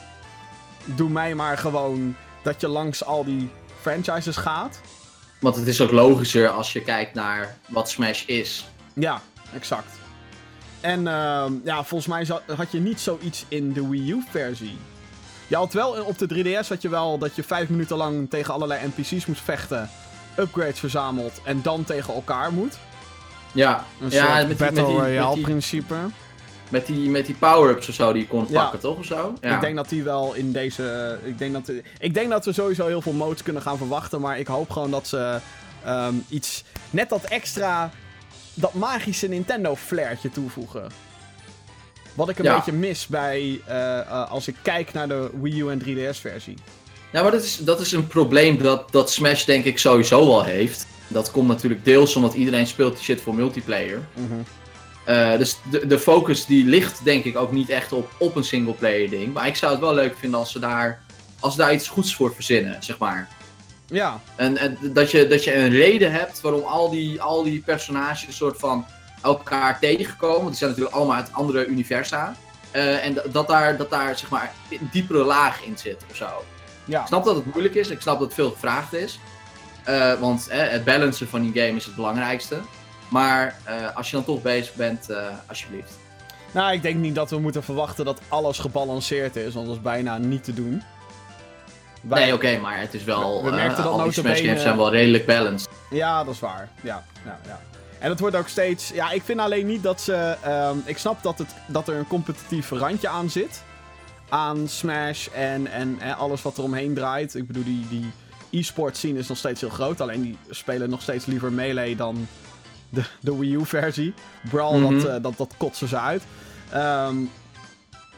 doe mij maar gewoon dat je langs al die franchises gaat. Want het is ook logischer als je kijkt naar wat Smash is. Ja, exact. En volgens mij had je niet zoiets in de Wii U-versie. Je had wel op de 3DS had je wel dat je 5 minuten lang tegen allerlei NPC's moest vechten, upgrades verzameld en dan tegen elkaar moet. Ja, een soort Battle Royale principe. Met die power-ups of zo die je kon pakken, toch? Of zo? Ja. Ik denk dat die wel in deze... Ik denk dat we sowieso heel veel modes kunnen gaan verwachten, maar ik hoop gewoon dat ze iets... Net dat extra... Dat magische Nintendo-flairtje toevoegen. Wat ik een beetje mis bij... als ik kijk naar de Wii U en 3DS-versie. Ja, maar dat is een probleem dat Smash denk ik sowieso wel heeft. Dat komt natuurlijk deels omdat iedereen speelt die shit voor multiplayer. Mm-hmm. Dus de focus die ligt denk ik ook niet echt op een singleplayer ding. Maar ik zou het wel leuk vinden als ze daar iets goeds voor verzinnen, zeg maar. Ja. En dat je een reden hebt waarom al die personages soort van elkaar tegenkomen. Want die zijn natuurlijk allemaal uit andere universa. En dat daar zeg maar een diepere laag in zit of zo. Ja. Ik snap dat het moeilijk is. Ik snap dat het veel gevraagd is. Want het balancen van die game is het belangrijkste. Maar als je dan toch bezig bent, alsjeblieft. Nou, ik denk niet dat we moeten verwachten dat alles gebalanceerd is. Want dat is bijna niet te doen. Nee, oké, maar het is wel... We merkten dat al die Smash games zijn wel redelijk balanced. Ja, dat is waar. Ja. En het wordt ook steeds... Ja, ik vind alleen niet dat ze... ik snap dat er een competitief randje aan zit. Aan Smash en alles wat er omheen draait. Ik bedoel, die e-sport scene is nog steeds heel groot. Alleen die spelen nog steeds liever Melee dan de Wii U-versie. Brawl, dat kotsen ze uit.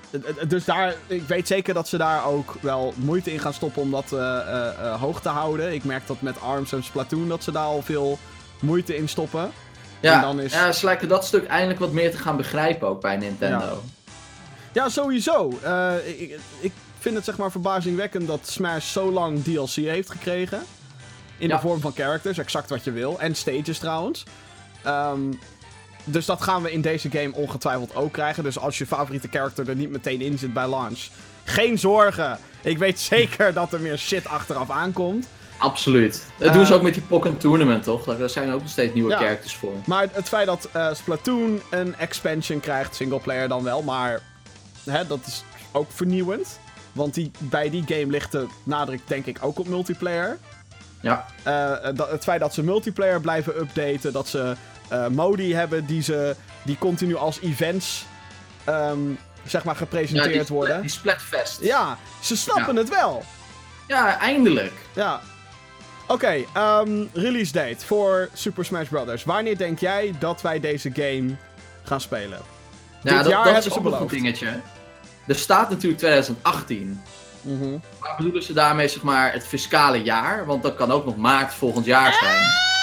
Dus ik weet zeker dat ze daar ook wel moeite in gaan stoppen om dat hoog te houden. Ik merk dat met ARMS en Splatoon dat ze daar al veel moeite in stoppen. Ja, en dan ze lijken dat stuk eindelijk wat meer te gaan begrijpen ook bij Nintendo. Ja, sowieso. Ik vind het zeg maar verbazingwekkend dat Smash zo lang DLC heeft gekregen. In de vorm van characters, exact wat je wil. En stages trouwens. Dus dat gaan we in deze game ongetwijfeld ook krijgen. Dus als je favoriete character er niet meteen in zit bij launch, geen zorgen. Ik weet zeker dat er meer shit achteraf aankomt. Absoluut. Dat doen ze ook met die Pokken Tournament, toch? Daar zijn ook nog steeds nieuwe characters voor. Maar het feit dat Splatoon een expansion krijgt, singleplayer dan wel, maar dat is ook vernieuwend. Want bij die game ligt de nadruk denk ik ook op multiplayer. Ja. Het feit dat ze multiplayer blijven updaten, dat ze modi hebben die continu als events zeg maar gepresenteerd worden. Die Splatfest. Ja, ze snappen het wel. Ja, eindelijk. Ja. Oké, release date voor Super Smash Bros. Wanneer denk jij dat wij deze game gaan spelen? Ja, Dit jaar dat hebben is ze ook nog een dingetje. Er staat natuurlijk 2018. Maar bedoelen ze daarmee zeg maar het fiscale jaar? Want dat kan ook nog maart volgend jaar zijn.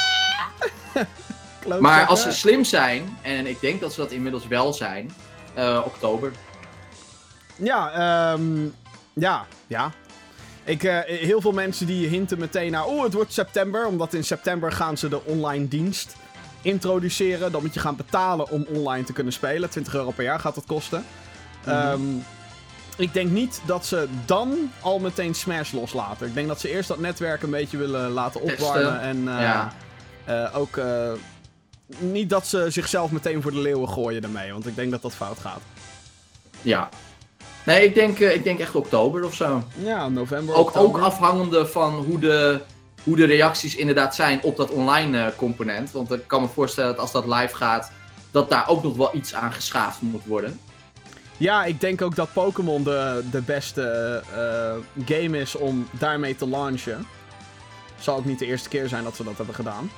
Maar als ze slim zijn, en ik denk dat ze dat inmiddels wel zijn, oktober. Ja. Heel veel mensen die hinten meteen naar, het wordt september. Omdat in september gaan ze de online dienst introduceren. Dan moet je gaan betalen om online te kunnen spelen. €20 per jaar gaat dat kosten. Ik denk niet dat ze dan al meteen Smash loslaten. Ik denk dat ze eerst dat netwerk een beetje willen laten opwarmen. En ook niet dat ze zichzelf meteen voor de leeuwen gooien ermee. Want ik denk dat dat fout gaat. Ja. Nee, ik denk echt oktober of zo. Ja, november, ook afhangende van hoe de reacties inderdaad zijn op dat online component. Want ik kan me voorstellen dat als dat live gaat, dat daar ook nog wel iets aan geschaafd moet worden. Ja, ik denk ook dat Pokémon de beste game is om daarmee te launchen. Zal ook niet de eerste keer zijn dat ze dat hebben gedaan.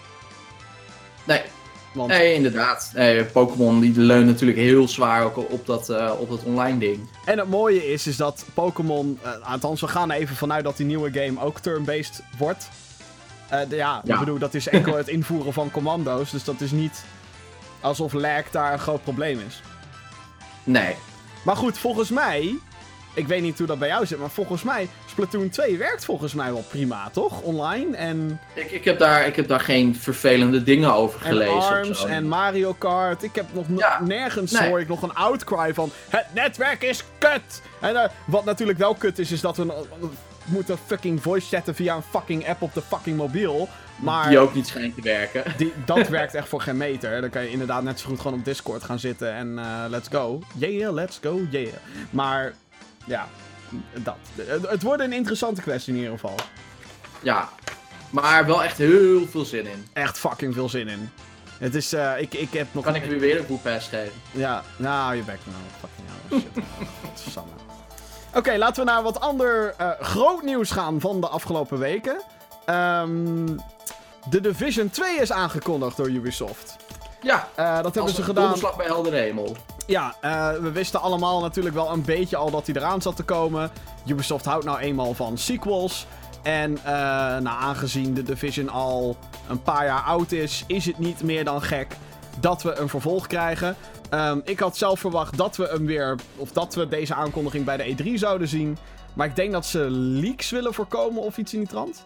Nee, inderdaad. Pokémon die leunt natuurlijk heel zwaar ook op dat online ding. En het mooie is dat Pokémon, althans we gaan er even vanuit dat die nieuwe game ook turn-based wordt. Ik bedoel, dat is enkel het invoeren van commando's, dus dat is niet alsof lag daar een groot probleem is. Nee. Maar goed, volgens mij, ik weet niet hoe dat bij jou zit, maar volgens mij, Splatoon 2 werkt volgens mij wel prima, toch? Online en... Ik heb daar geen vervelende dingen over gelezen. En ARMS en Mario Kart. Ik heb nog nergens hoor ik nog een outcry van het netwerk is kut! En wat natuurlijk wel kut is dat we moeten fucking voice chatten via een fucking app op de fucking mobiel. Maar die ook niet schijnt te werken. Dat werkt echt voor geen meter. Dan kan je inderdaad net zo goed gewoon op Discord gaan zitten en let's go. Yeah, let's go, yeah. Maar ja, dat. Het wordt een interessante kwestie in ieder geval. Ja, maar wel echt heel veel zin in. Echt fucking veel zin in. Het is, ik heb nog... Kan ik nu weer een boel pass geven? Ja, nou, je bek nou. Fucking hell, shit. Oké, laten we naar wat ander groot nieuws gaan van de afgelopen weken. The Division 2 is aangekondigd door Ubisoft. Ja, dat hebben ze gedaan. Donderslag bij heldere hemel. Ja, we wisten allemaal natuurlijk wel een beetje al dat hij eraan zat te komen. Ubisoft houdt nou eenmaal van sequels. En aangezien The Division al een paar jaar oud is het niet meer dan gek dat we een vervolg krijgen. Ik had zelf verwacht dat we deze aankondiging bij de E3 zouden zien. Maar ik denk dat ze leaks willen voorkomen of iets in die trant.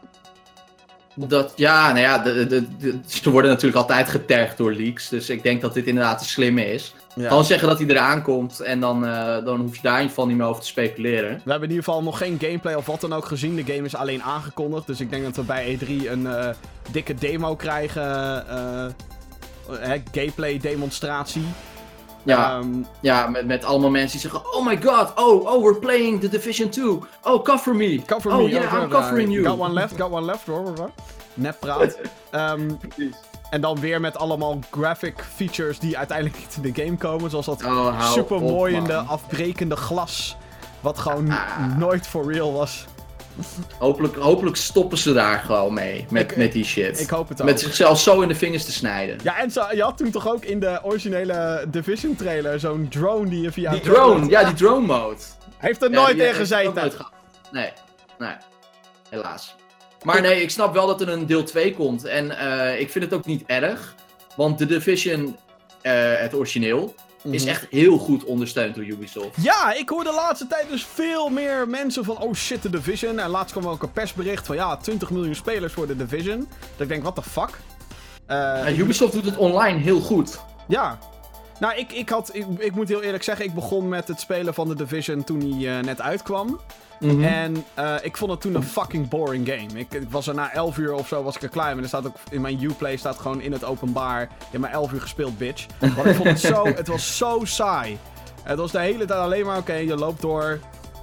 Ze worden natuurlijk altijd getergd door leaks. Dus ik denk dat dit inderdaad de slimme is. Ja. Gewoon zeggen dat hij eraan komt en dan hoef je daar in ieder geval niet meer over te speculeren. We hebben in ieder geval nog geen gameplay of wat dan ook gezien. De game is alleen aangekondigd. Dus ik denk dat we bij E3 een dikke demo krijgen. Gameplay demonstratie. Ja, met allemaal mensen die zeggen... Oh my god, we're playing The Division 2. Oh, cover me. Cover me. Yeah, I'm covering you. Got one left. Net praat. En dan weer met allemaal graphic features die uiteindelijk niet in de game komen. Zoals dat supermooiende, afbrekende glas. Wat gewoon nooit for real was. Hopelijk stoppen ze daar gewoon mee, met die shit. Ik hoop het ook. Met zichzelf zo in de vingers te snijden. Ja, en je had toen toch ook in de originele Division trailer zo'n drone die je via... Die drone mode. Heeft er nooit in gezeten. Nee, helaas. Maar nee, ik snap wel dat er een deel 2 komt. En ik vind het ook niet erg. Want de Division, het origineel, is echt heel goed ondersteund door Ubisoft. Ja, ik hoor de laatste tijd dus veel meer mensen van... Oh shit, de Division. En laatst kwam ook een persbericht van 20 miljoen spelers voor de Division. Dat ik denk, what the fuck? Ubisoft doet het online heel goed. Ja. Nou, ik moet heel eerlijk zeggen, ik begon met het spelen van de Division toen hij net uitkwam. Mm-hmm. En ik vond het toen een fucking boring game. Ik was er na 11 uur of zo was ik er klaar mee. En er staat ook in mijn Uplay staat gewoon in het openbaar. Je hebt maar 11 uur gespeeld, bitch. Want ik vond het het was zo saai. Het was de hele tijd alleen maar, oké, je loopt door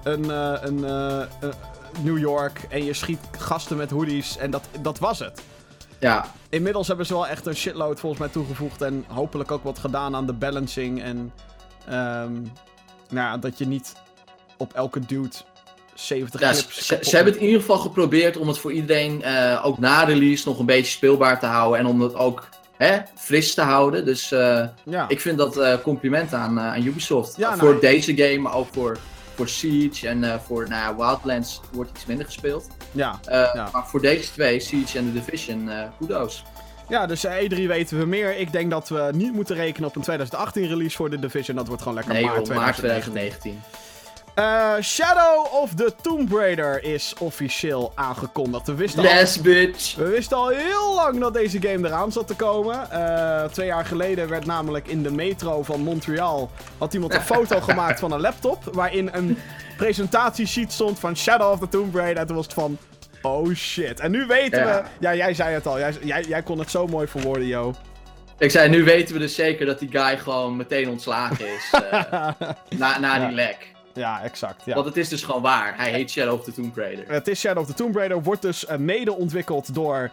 New York en je schiet gasten met hoodies en dat was het. Ja. Inmiddels hebben ze wel echt een shitload volgens mij toegevoegd en hopelijk ook wat gedaan aan de balancing en dat je niet op elke dude 70 clips... Ze hebben het in ieder geval geprobeerd om het voor iedereen ook na release nog een beetje speelbaar te houden en om het ook fris te houden. Dus ik vind dat compliment aan Ubisoft. Ja, voor deze game, maar ook voor Siege en voor Wildlands wordt iets minder gespeeld. Ja. Maar voor deze twee, Siege en The Division, kudos. Ja, dus E3 weten we meer. Ik denk dat we niet moeten rekenen op een 2018 release voor The Division. Dat wordt gewoon lekker maart 2019. Shadow of the Tomb Raider is officieel aangekondigd. We wisten al heel lang dat deze game eraan zat te komen. 2 jaar geleden werd namelijk in de metro van Montreal... had iemand een foto gemaakt van een laptop... waarin een presentatiesheet stond van Shadow of the Tomb Raider. En toen was het van... Oh shit. En nu weten we... Ja, jij zei het al. Jij kon het zo mooi verwoorden, Jo. Ik zei, nu weten we dus zeker dat die guy gewoon meteen ontslagen is. na die lek. Ja, exact. Ja. Want het is dus gewoon waar. Hij heet Shadow of the Tomb Raider. Het is Shadow of the Tomb Raider. Wordt dus mede ontwikkeld door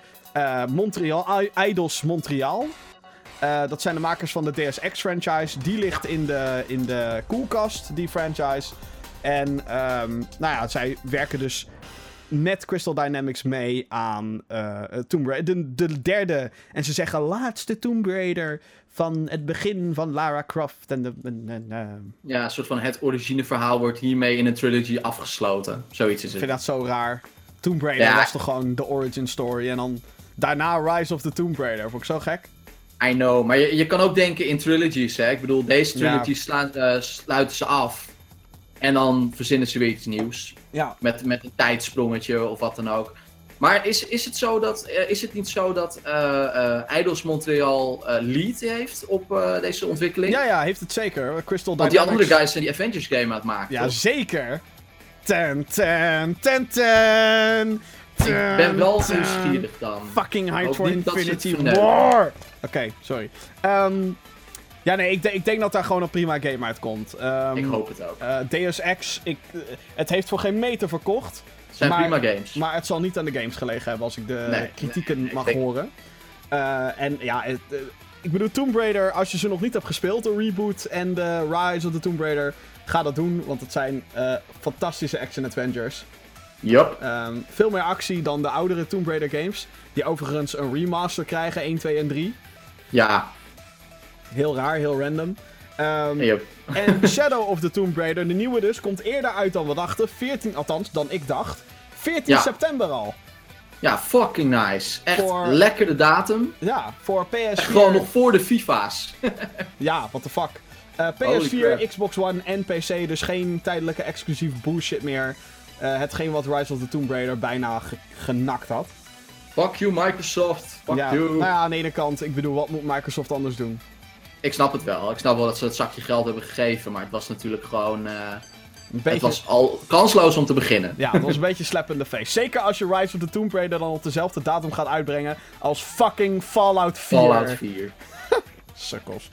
Eidos Montreal. Dat zijn de makers van de Deus Ex franchise. Die ligt in de koelkast, die franchise. En zij werken dus met Crystal Dynamics mee aan Tomb Raider. De derde, en ze zeggen laatste Tomb Raider van het begin van Lara Croft. Ja, een soort van het origineverhaal wordt hiermee in een trilogy afgesloten. Zoiets is het. Ik vind dat zo raar. Tomb Raider was toch gewoon de origin story. En dan daarna Rise of the Tomb Raider. Vond ik zo gek. I know, maar je kan ook denken in trilogies, hè. Ik bedoel, deze trilogy sluiten ze af. En dan verzinnen ze weer iets nieuws. Ja. Met een tijdsprongetje of wat dan ook. Maar is het niet zo dat Eidos Montreal lead heeft op deze ontwikkeling? Ja, heeft het zeker. Crystal Want Dynamics... die andere guys zijn die Avengers game aan het maken. Ja, toch? Zeker. Ik ben wel nieuwsgierig dan. Fucking hyped for Infinity War. Oké, sorry. Ik denk dat daar gewoon een prima game uitkomt. Ik hoop het ook. Deus Ex, het heeft voor geen meter verkocht. Het zijn prima games. Maar het zal niet aan de games gelegen hebben als ik de kritieken mag horen. Ik bedoel, Tomb Raider, als je ze nog niet hebt gespeeld, de reboot en de Rise of the Tomb Raider, ga dat doen, want het zijn fantastische action-adventures. Yup. Veel meer actie dan de oudere Tomb Raider games, die overigens een remaster krijgen, 1, 2 en 3. Ja. Heel raar, heel random. En Shadow of the Tomb Raider, de nieuwe dus, komt eerder uit dan we dachten. 14 september al. Ja, fucking nice. Echt lekkere datum. Ja, voor PS4. Echt gewoon nog voor de FIFA's. Ja, what the fuck. PS4, Xbox One en PC, dus geen tijdelijke exclusief bullshit meer. Hetgeen wat Rise of the Tomb Raider bijna genakt had. Fuck you, Microsoft. Fuck you. Nou ja, aan de ene kant, ik bedoel, wat moet Microsoft anders doen? Ik snap het wel. Ik snap wel dat ze het zakje geld hebben gegeven, maar het was natuurlijk gewoon... Het was al kansloos om te beginnen. Ja, het was een beetje slap in the face. Zeker als je Rise of the Tomb Raider dan op dezelfde datum gaat uitbrengen als fucking Fallout 4. Fallout 4. Sukkels.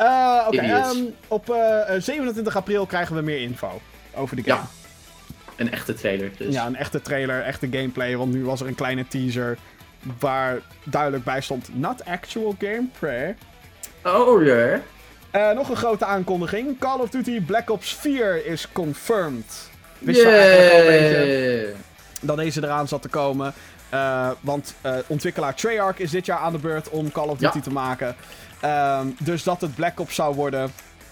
Op 27 april krijgen we meer info over de game. Ja, een echte trailer dus. Ja, een echte trailer, echte gameplay, want nu was er een kleine teaser waar duidelijk bij stond not actual gameplay. Oh ja. Nog een grote aankondiging. Call of Duty Black Ops 4 is confirmed. Wist je eigenlijk al een beetje dat deze eraan zat te komen. Want ontwikkelaar Treyarch is dit jaar aan de beurt om Call of Duty te maken. Dus dat het Black Ops zou worden.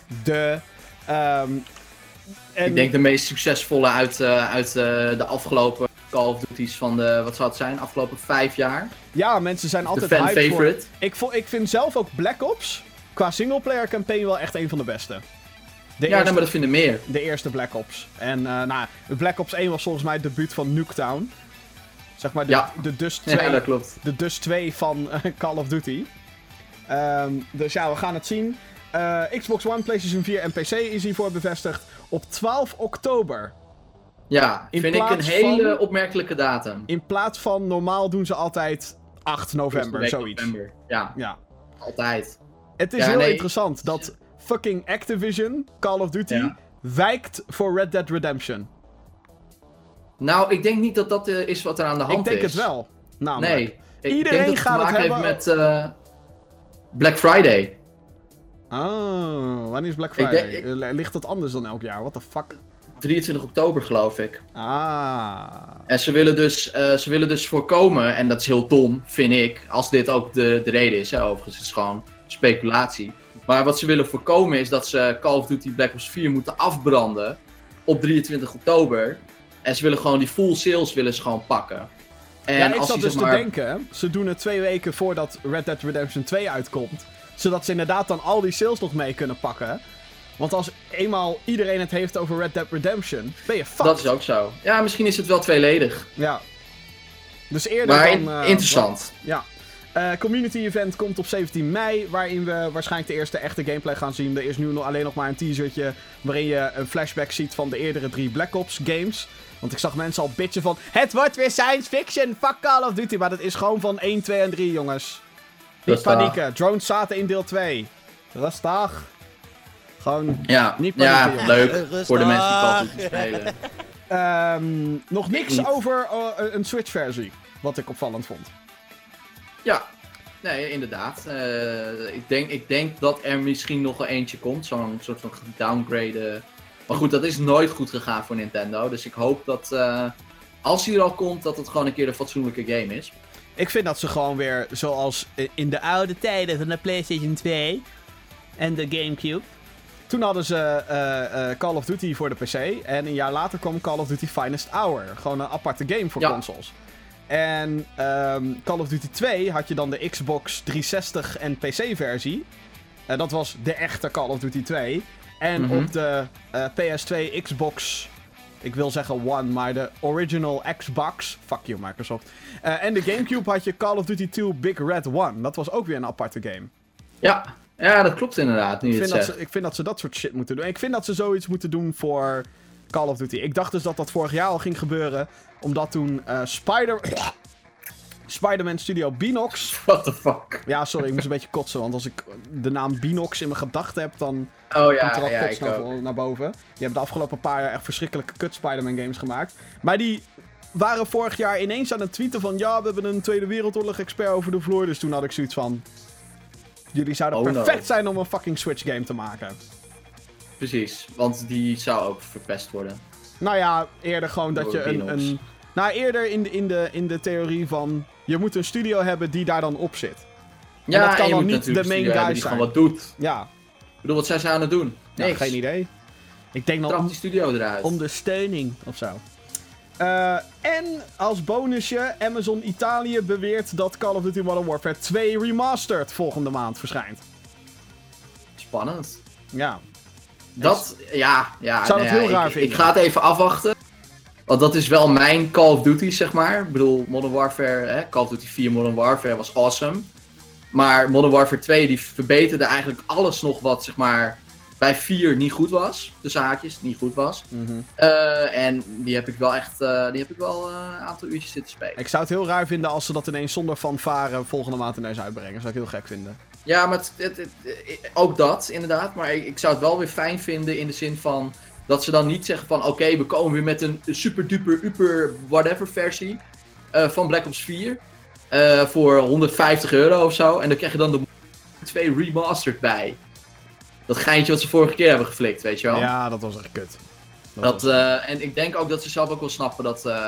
Ik denk de meest succesvolle uit de afgelopen Call of Duty's van de, wat zou het zijn, afgelopen 5 jaar. Ja, mensen zijn altijd de fan favorite. Ik vind zelf ook Black Ops qua singleplayer campaign wel echt een van de beste. Maar dat vinden meer. De eerste Black Ops. En Black Ops 1 was volgens mij het debuut van Nuketown. Zeg maar de Dust 2. Ja, dat klopt. De Dust 2 van Call of Duty. Dus ja, we gaan het zien. Xbox One, PlayStation 4 en PC is hiervoor bevestigd op 12 oktober. Ja, vind ik een hele opmerkelijke datum. In plaats van normaal doen ze altijd 8 november, zoiets. November. Ja, altijd. Het is heel interessant dat fucking Activision, Call of Duty, wijkt voor Red Dead Redemption. Nou, ik denk niet dat dat is wat er aan de hand is. Ik denk het wel. Namelijk. Nee, iedereen gaat het hebben met Black Friday. Oh, wanneer is Black Friday? Ligt dat anders dan elk jaar? What the fuck? 23 oktober, geloof ik. En ze willen dus voorkomen, en dat is heel dom, vind ik, als dit ook de reden is, hè, overigens, het is gewoon speculatie. Maar wat ze willen voorkomen is dat ze Call of Duty Black Ops 4 moeten afbranden op 23 oktober. En ze willen gewoon die full sales gewoon pakken. En ik zat dus te denken, ze doen het 2 weken voordat Red Dead Redemption 2 uitkomt. Zodat ze inderdaad dan al die sales nog mee kunnen pakken. Want als eenmaal iedereen het heeft over Red Dead Redemption, ben je fucked. Dat is ook zo. Ja, misschien is het wel tweeledig. Ja. Dus eerder maar interessant. Community event komt op 17 mei, waarin we waarschijnlijk de eerste echte gameplay gaan zien. Er is nu alleen nog maar een teasertje waarin je een flashback ziet van de eerdere 3 Black Ops games. Want ik zag mensen al bitchen van, het wordt weer science fiction, fuck Call of Duty. Maar dat is gewoon van 1, 2 en 3, jongens. Niet panieken. Drones zaten in deel 2. Rustig. Gewoon niet panieken. Ja, leuk. Voor de mensen die Call of Duty spelen. Nog niks over een Switch-versie. Wat ik opvallend vond. Ja, nee, inderdaad. Ik denk dat er misschien nog eentje komt. Zo'n soort van downgrade. Maar goed, dat is nooit goed gegaan voor Nintendo. Dus ik hoop dat als hij er al komt, dat het gewoon een keer een fatsoenlijke game is. Ik vind dat ze gewoon weer, zoals in de oude tijden van de PlayStation 2 en de GameCube. Toen hadden ze Call of Duty voor de PC. En een jaar later kwam Call of Duty Finest Hour. Gewoon een aparte game voor consoles. En Call of Duty 2 had je dan de Xbox 360 en PC versie. Dat was de echte Call of Duty 2. En op de PS2 Xbox, ik wil zeggen One, maar de original Xbox, fuck you Microsoft. En de GameCube had je Call of Duty 2 Big Red One. Dat was ook weer een aparte game. Ja, dat klopt inderdaad. Ik vind dat ze dat soort shit moeten doen. En ik vind dat ze zoiets moeten doen voor Call of Duty. Ik dacht dus dat dat vorig jaar al ging gebeuren. Omdat toen Spider-Man Studio Binox... What the fuck? Ja, sorry, ik moest een beetje kotsen. Want als ik de naam Binox in mijn gedachten heb, dan komt er al kots naar boven. Die hebben de afgelopen paar jaar echt verschrikkelijke kut Spider-Man games gemaakt. Maar die waren vorig jaar ineens aan het tweeten van... Ja, we hebben een Tweede Wereldoorlog expert over de vloer. Dus toen had ik zoiets van... Jullie zouden perfect zijn om een fucking Switch game te maken. Precies, want die zou ook verpest worden. Nou ja, eerder gewoon dat je eerder in de theorie van... Je moet een studio hebben die daar dan op zit. En dat kan dan niet de main guy zijn. Die gewoon wat doet. Ja. Ik bedoel, wat zijn ze aan het doen? Nou, geen idee. Ik denk dan die studio eruit. Ondersteuning of zo. En als bonusje, Amazon Italië beweert dat Call of Duty Modern Warfare 2 Remastered volgende maand verschijnt. Spannend. Ja. Ik zou het heel raar vinden. Ik ga het even afwachten. Want dat is wel mijn Call of Duty, zeg maar. Ik bedoel, Modern Warfare, Call of Duty 4 Modern Warfare was awesome. Maar Modern Warfare 2 die verbeterde eigenlijk alles nog wat, zeg maar, bij 4 niet goed was. Tussen haakjes, niet goed was. En die heb ik wel echt, een aantal uurtjes zitten spelen. Ik zou het heel raar vinden als ze dat ineens zonder fanfare volgende maand ineens uitbrengen. Dat zou ik heel gek vinden. Ja, maar ook dat, inderdaad. Maar ik zou het wel weer fijn vinden in de zin van... Dat ze dan niet zeggen van, oké, we komen weer met een super duper uper whatever versie van Black Ops 4. Voor €150 of zo. En dan krijg je dan de 2 remastered bij. Dat geintje wat ze vorige keer hebben geflikt, weet je wel. Ja, dat was echt kut. En ik denk ook dat ze zelf ook wel snappen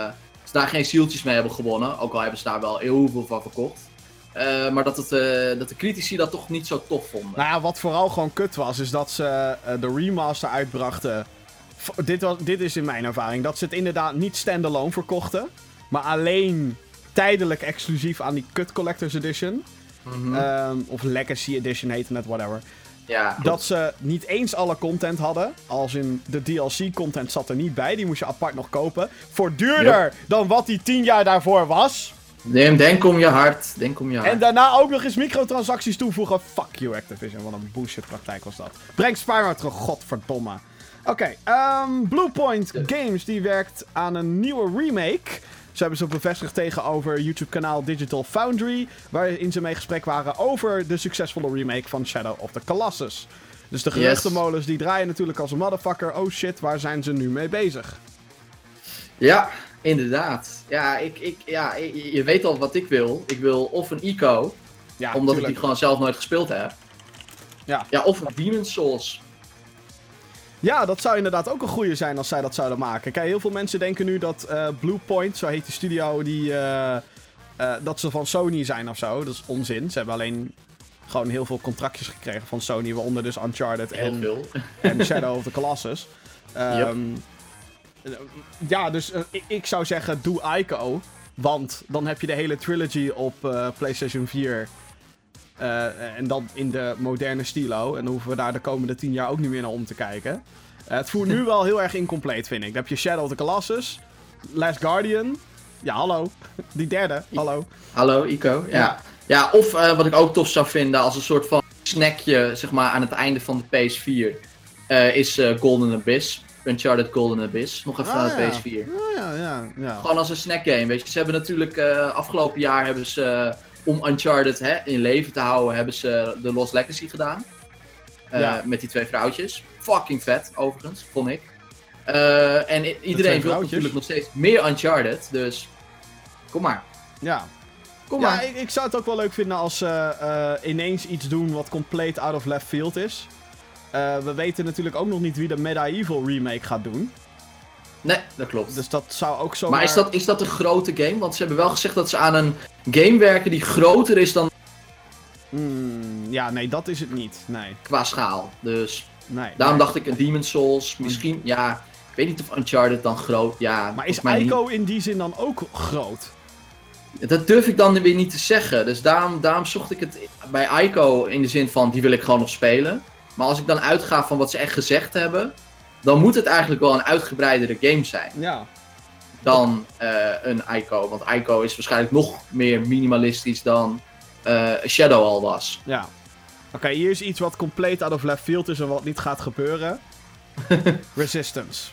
ze daar geen zieltjes mee hebben gewonnen. Ook al hebben ze daar wel heel veel van verkocht. Maar dat de critici dat toch niet zo tof vonden. Nou ja, wat vooral gewoon kut was, is dat ze de remaster uitbrachten. Dit is in mijn ervaring, dat ze het inderdaad niet standalone verkochten. Maar alleen tijdelijk exclusief aan die Cut Collector's Edition. Of Legacy Edition heette het, whatever. Ja, dat ze niet eens alle content hadden. Als in de DLC-content zat er niet bij. Die moest je apart nog kopen. Voor duurder dan wat die 10 jaar daarvoor was. Denk om je hart. En daarna ook nog eens microtransacties toevoegen. Fuck you, Activision. Wat een bullshit praktijk was dat. Breng Spyro terug, godverdomme. Oké, Bluepoint Games die werkt aan een nieuwe remake. Ze hebben ze bevestigd tegenover YouTube-kanaal Digital Foundry, waarin ze mee gesprek waren over de succesvolle remake van Shadow of the Colossus. Dus de geruchtenmolens die draaien natuurlijk als een motherfucker. Oh shit, waar zijn ze nu mee bezig? Ja, inderdaad. Ja, je weet al wat ik wil. Ik wil of een Ico, omdat ik die gewoon zelf nooit gespeeld heb. Ja, of een Demon's Souls. Ja, dat zou inderdaad ook een goeie zijn als zij dat zouden maken. Kijk, heel veel mensen denken nu dat Bluepoint, zo heet die studio, dat ze van Sony zijn of zo. Dat is onzin. Ze hebben alleen gewoon heel veel contractjes gekregen van Sony, waaronder dus Uncharted en Shadow of the Colossus. Ja, dus ik zou zeggen, doe Ico. Want dan heb je de hele trilogy op PlayStation 4. En dan in de moderne stilo. En dan hoeven we daar de komende 10 jaar ook niet meer naar om te kijken. Het voelt nu wel heel erg incompleet, vind ik. Dan heb je Shadow of the Colossus, Last Guardian. Ja, hallo. Die derde, hallo. Hallo, Ico. Ja, of wat ik ook tof zou vinden als een soort van snackje, zeg maar, aan het einde van de PS4. Is Golden Abyss. Uncharted Golden Abyss. Nog even aan de PS4. Ja. Gewoon als een snackgame, weet je. Ze hebben natuurlijk afgelopen jaar hebben ze... om Uncharted in leven te houden, hebben ze de Lost Legacy gedaan. Met die 2 vrouwtjes. Fucking vet, overigens, vond ik. En iedereen wil natuurlijk nog steeds meer Uncharted, dus kom maar. Ja. Kom maar. Ik zou het ook wel leuk vinden als ze ineens iets doen wat compleet out of left field is. We weten natuurlijk ook nog niet wie de Medieval remake gaat doen. Nee, dat klopt. Dus dat zou ook zo. Maar is dat een grote game? Want ze hebben wel gezegd dat ze aan een game werken die groter is dan... Ja, nee, dat is het niet. Nee. Qua schaal. Dus daarom dacht ik een Demon's Souls. Misschien, ik weet niet of Uncharted dan groot... Ja, maar is Ico in die zin dan ook groot? Dat durf ik dan weer niet te zeggen. Dus daarom zocht ik het bij Ico in de zin van, die wil ik gewoon nog spelen. Maar als ik dan uitga van wat ze echt gezegd hebben... dan moet het eigenlijk wel een uitgebreidere game zijn. Ja. Dan een Ico. Want Ico is waarschijnlijk nog meer minimalistisch dan Shadow al was. Ja. Oké, hier is iets wat compleet out of left field is en wat niet gaat gebeuren. Resistance.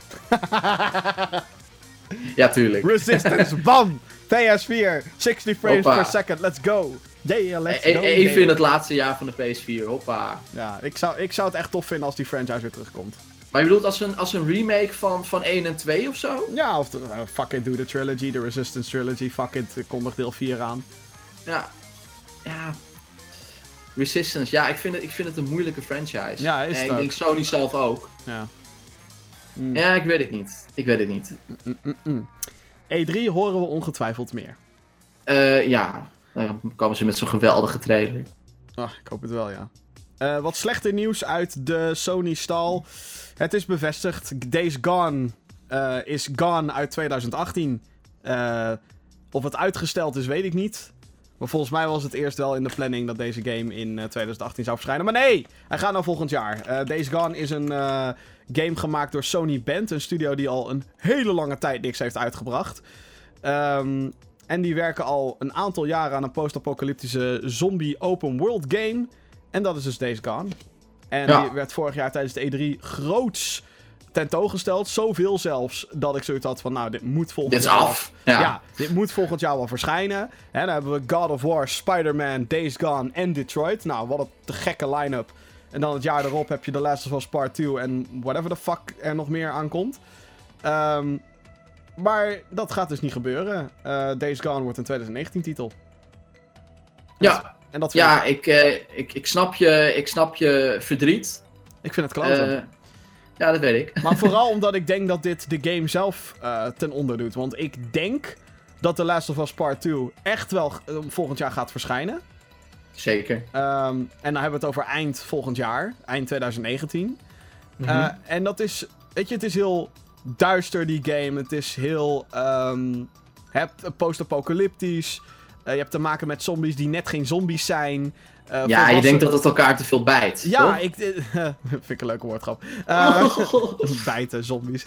Ja, tuurlijk. Resistance, bam! PS4, 60 frames per second, let's go! Even in het laatste jaar van de PS4, hoppa. Ja, ik zou het echt tof vinden als die franchise weer terugkomt. Maar je bedoelt als een remake van 1 en 2 of zo? Ja, of fuck it, do the trilogy, de Resistance trilogy, fuck it, kondig deel 4 aan. Ja. Resistance, ik vind het een moeilijke franchise. Ja, is het ik denk Sony zelf ook. Ja. Ja, ik weet het niet. E3 horen we ongetwijfeld meer. Dan komen ze met zo'n geweldige trailer. Ik hoop het wel, ja. Wat slechter nieuws uit de Sony-stal. Het is bevestigd. Days Gone is gone uit 2018. Of het uitgesteld is, weet ik niet. Maar volgens mij was het eerst wel in de planning dat deze game in 2018 zou verschijnen. Maar nee, hij gaat nou volgend jaar. Days Gone is een game gemaakt door Sony Band. Een studio die al een hele lange tijd niks heeft uitgebracht. En die werken al een aantal jaren aan een post-apocalyptische zombie open world game. En dat is dus Days Gone. En die werd vorig jaar tijdens de E3 groots tentoongesteld. Zoveel zelfs dat ik zoiets had van, nou, dit moet volgend jaar... Dit is af. Ja, dit moet volgend jaar wel verschijnen. En dan hebben we God of War, Spider-Man, Days Gone en Detroit. Nou, wat een te gekke line-up. En dan het jaar erop heb je The Last of Us Part 2 en whatever the fuck er nog meer aankomt. Maar dat gaat dus niet gebeuren. Days Gone wordt een 2019 titel. Ja, en dat ik snap je verdriet. Ik vind het kloten. Ja, dat weet ik. Maar vooral omdat ik denk dat dit de game zelf ten onder doet. Want ik denk dat The Last of Us Part 2 echt wel volgend jaar gaat verschijnen. Zeker. En dan hebben we het over eind volgend jaar. Eind 2019. En dat is... Weet je, het is heel duister, die game. Het is heel... post-apocalyptisch. Je hebt te maken met zombies die net geen zombies zijn. Je denkt dat het elkaar te veel bijt. Ja, toch? vind ik een leuke woordgrap. Bijten, zombies.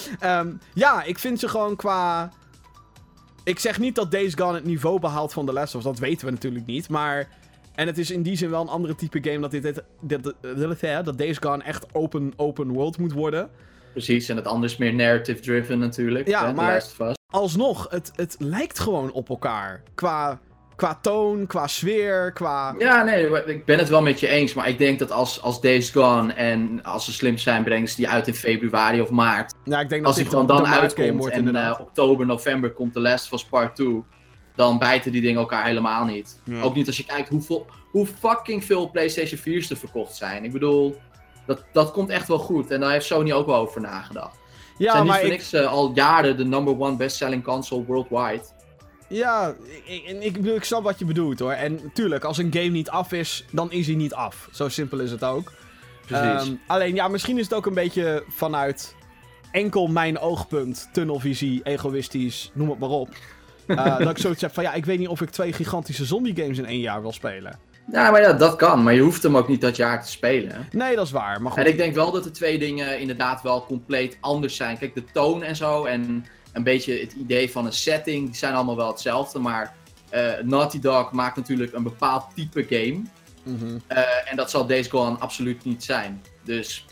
Ik vind ze gewoon qua... Ik zeg niet dat Days Gone het niveau behaalt van The Last of Us. Dat weten we natuurlijk niet. Maar... En het is in die zin wel een andere type game dat Days Gone echt open world moet worden. Precies, en het anders meer narrative-driven natuurlijk. Ja, maar alsnog, het lijkt gewoon op elkaar. Qua toon, qua sfeer, qua... Ja, nee, ik ben het wel met je eens. Maar ik denk dat als Days Gone en als ze slim zijn, brengen ze die uit in februari of maart. Ja, ik denk als dat die gewoon dan uitkomt wordt, en oktober, november komt The Last of Us Part 2... Dan bijten die dingen elkaar helemaal niet. Ja. Ook niet als je kijkt hoe fucking veel PlayStation 4's er verkocht zijn. Ik bedoel, dat komt echt wel goed. En daar heeft Sony ook wel over nagedacht. Ja, zijn niet voor niks al jaren de number 1 best-selling console worldwide. Ja, ik snap wat je bedoelt hoor. En tuurlijk, als een game niet af is, dan is hij niet af. Zo simpel is het ook. Precies. Alleen, ja, misschien is het ook een beetje vanuit enkel mijn oogpunt, tunnelvisie, egoïstisch, noem het maar op. Dat ik zoiets heb van, ik weet niet of ik 2 gigantische zombie games in 1 jaar wil spelen. Ja, maar dat kan. Maar je hoeft hem ook niet dat jaar te spelen. Nee, dat is waar. Maar goed. En ik denk wel dat de 2 dingen inderdaad wel compleet anders zijn. Kijk, de toon en zo en een beetje het idee van een setting, die zijn allemaal wel hetzelfde. Maar Naughty Dog maakt natuurlijk een bepaald type game. Mm-hmm. En dat zal Days Gone absoluut niet zijn. Dus...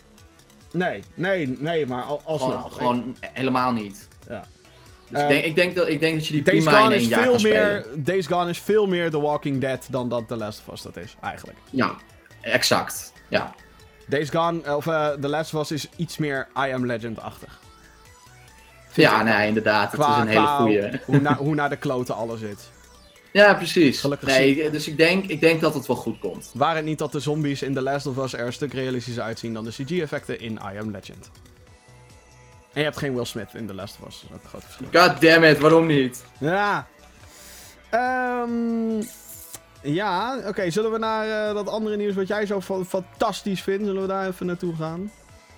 Nee, maar alsnog. Gewoon helemaal niet. Ja. Dus ik denk dat je die prima in 1 jaar kan spelen. Days Gone is veel meer The Walking Dead dan dat The Last of Us dat is, eigenlijk. Ja, exact. Ja. Days Gone, of The Last of Us is iets meer I Am Legend-achtig. Ja, nee, inderdaad. Het is een hele goeie. Hoe naar de kloten alles zit. Ja, precies. Gelukkig dus ik denk dat het wel goed komt. Waar het niet dat de zombies in The Last of Us er een stuk realistischer uitzien dan de CG-effecten in I Am Legend. En je hebt geen Will Smith in The Last of Us. Dat is ook een groot verschil. God damn it, waarom niet? Ja. Oké. Zullen we naar dat andere nieuws wat jij zo fantastisch vindt? Zullen we daar even naartoe gaan?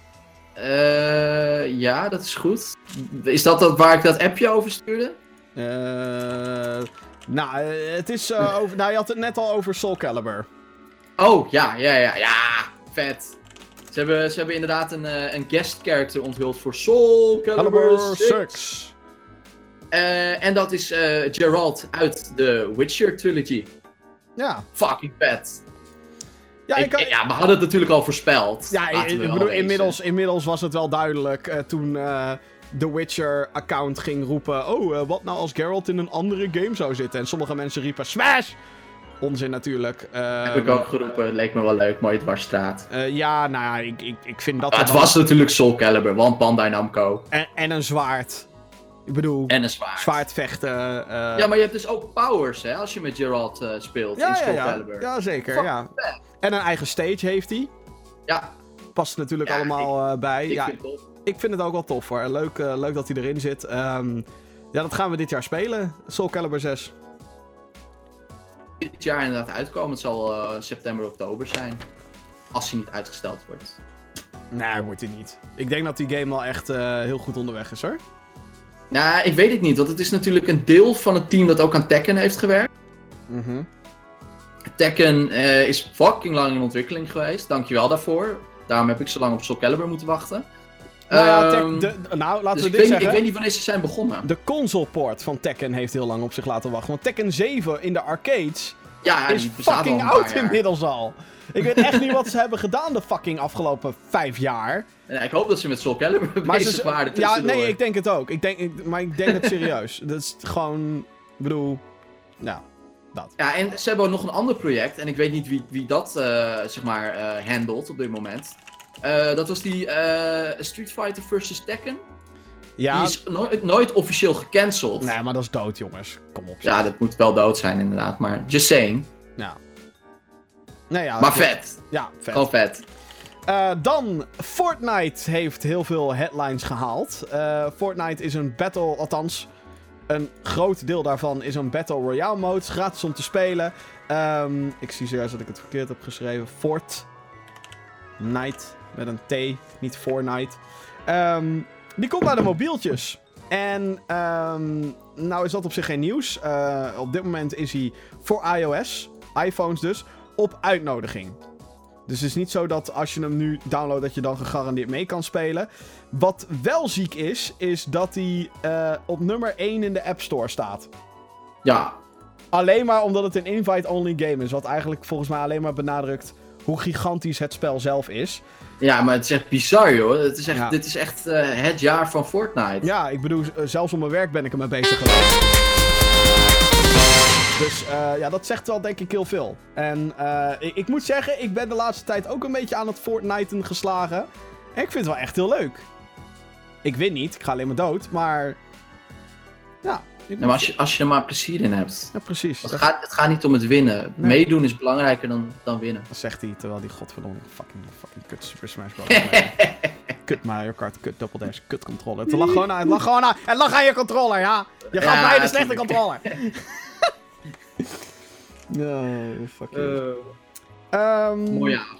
Ja, dat is goed. Is dat waar ik dat appje over stuurde? Het is over... Nou, je had het net al over Soul Calibur. Oh, ja. Vet. Ze hebben inderdaad een guest character onthuld voor Soul Calibur 6. En dat is Geralt uit de Witcher trilogy. Ja. Fucking vet. Ja, we hadden het natuurlijk al voorspeld. Ja, ik bedoel, inmiddels was het wel duidelijk toen de Witcher-account ging roepen... wat nou als Geralt in een andere game zou zitten? En sommige mensen riepen, smash! Onzin natuurlijk. Heb ik ook geroepen, het leek me wel leuk, mooie dwarsstraat. Ik vind dat... Maar het was natuurlijk Soul Calibur, want Bandai Namco. En een zwaard. Ik bedoel... En een zwaard. Zwaardvechten. Ja, maar je hebt dus ook powers, hè, als je met Geralt speelt in Soul Calibur. Ja, zeker, ja. En een eigen stage heeft hij. Ja. Past natuurlijk allemaal bij. Ik vind het tof. Ik vind het ook wel tof, hoor. Leuk dat hij erin zit. Dat gaan we dit jaar spelen. Soul Calibur 6. Dit jaar inderdaad uitkomen. Het zal september, oktober zijn. Als hij niet uitgesteld wordt. Nee, wordt hij niet. Ik denk dat die game wel echt heel goed onderweg is, hoor. Nou, ik weet het niet. Want het is natuurlijk een deel van het team dat ook aan Tekken heeft gewerkt. Mhm. Tekken is fucking lang in ontwikkeling geweest. Dankjewel daarvoor. Daarom heb ik zo lang op Soul Calibur moeten wachten. Laten we dit zeggen. Ik weet niet wanneer ze zijn begonnen. De consoleport van Tekken heeft heel lang op zich laten wachten. Want Tekken 7 in de arcades is fucking oud inmiddels al. Ik weet echt niet wat ze hebben gedaan de fucking afgelopen 5 jaar. Ja, ik hoop dat ze met Soul Calibur bezig waren. Ja, nee, ik denk het ook. Maar ik denk het serieus. Dat is gewoon... Ik bedoel... Ja, dat. Ja, en ze hebben ook nog een ander project. En ik weet niet wie dat, handelt op dit moment. Dat was die Street Fighter vs. Tekken. Ja. Die is nooit officieel gecanceld. Nee, maar dat is dood, jongens. Kom op. Ja, dat moet wel dood zijn inderdaad. Maar just saying. Ja. Nee, ja, maar vet. Ja, vet. Gewoon vet. Dan, Fortnite heeft heel veel headlines gehaald. Fortnite is een battle, althans, een groot deel daarvan is een Battle Royale mode. Het is gratis om te spelen. Ik zie zojuist dat ik het verkeerd heb geschreven. Fortnite, met een T, niet Fortnite. Die komt naar de mobieltjes. En nou is dat op zich geen nieuws. Op dit moment is hij voor iOS, iPhones dus, op uitnodiging. Dus het is niet zo dat als je hem nu downloadt, dat je dan gegarandeerd mee kan spelen. Wat wel ziek is dat hij op nummer 1 in de App Store staat. Ja. Alleen maar omdat het een invite-only game is. Wat eigenlijk volgens mij alleen maar benadrukt hoe gigantisch het spel zelf is. Ja, maar het is echt bizar, joh. Dit is echt het jaar van Fortnite. Ja, ik bedoel, zelfs op mijn werk ben ik ermee bezig geweest. Dus ja, dat zegt wel denk ik heel veel. En ik moet zeggen, ik ben de laatste tijd ook een beetje aan het Fortniten geslagen. En ik vind het wel echt heel leuk. Ik win niet, ik ga alleen maar dood, maar... Ja. Maar als je er maar plezier in hebt. Ja, precies. Het gaat niet om het winnen. Nee. Meedoen is belangrijker dan winnen. Dat zegt hij, terwijl die godverdomme fucking kut Super Smash Bros. Kut Mario Kart, kut Double Dash, kut controller. Het lag gewoon aan, het lag aan je controller, ja. Je gaat mij de slechte controller. No, fucking... Mooie avond.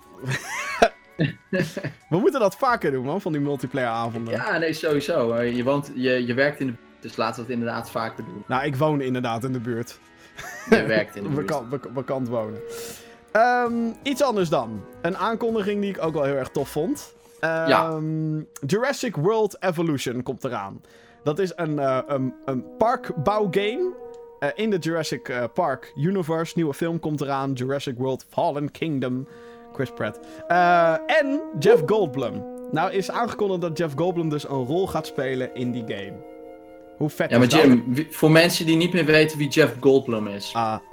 We moeten dat vaker doen, man, van die multiplayer avonden. Ja, nee, sowieso. Je werkt in de buurt, dus laten we het inderdaad vaker doen. Nou, ik woon inderdaad in de buurt. Je werkt in de buurt. Bekend wonen. Iets anders dan. Een aankondiging die ik ook wel heel erg tof vond. Jurassic World Evolution komt eraan. Dat is een parkbouwgame. In de Jurassic Park universe. Nieuwe film komt eraan. Jurassic World Fallen Kingdom. Chris Pratt. En Jeff Goldblum. Nou is aangekondigd dat Jeff Goldblum dus een rol gaat spelen in die game. Hoe vet is dat? Ja, maar Jim, voor mensen die niet meer weten wie Jeff Goldblum is.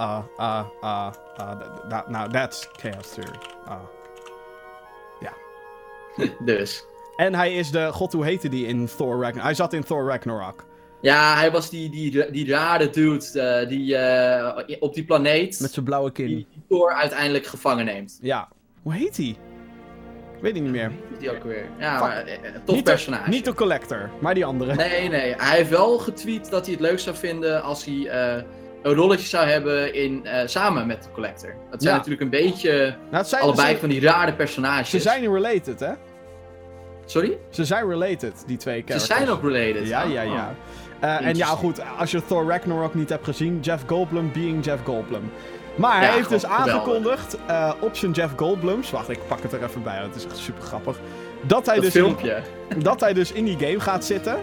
Nou, that's Chaos Theory. Ja. Dus. En hij is god, hoe heette die in Thor Ragnarok? Hij zat in Thor Ragnarok. Ja, hij was die rare dude die op die planeet... Met zijn blauwe kin. Die Thor uiteindelijk gevangen neemt. Ja. Hoe heet hij? Ik weet het niet meer. Hoe heet die ook weer? Ja, maar tof personage. Niet de Collector, maar die andere. Nee. Hij heeft wel getweet dat hij het leuk zou vinden als hij een rolletje zou hebben samen met de Collector. Dat zijn natuurlijk een beetje allebei van die rare personages. Ze zijn related, hè? Sorry? Ze zijn related, die twee characters. Ze zijn ook related. Ja. En ja, goed, als je Thor Ragnarok niet hebt gezien, Jeff Goldblum being Jeff Goldblum. Maar hij heeft dus aangekondigd op zijn Jeff Goldblums... Wacht, ik pak het er even bij, het is echt super grappig. Dat hij dus in die game gaat zitten.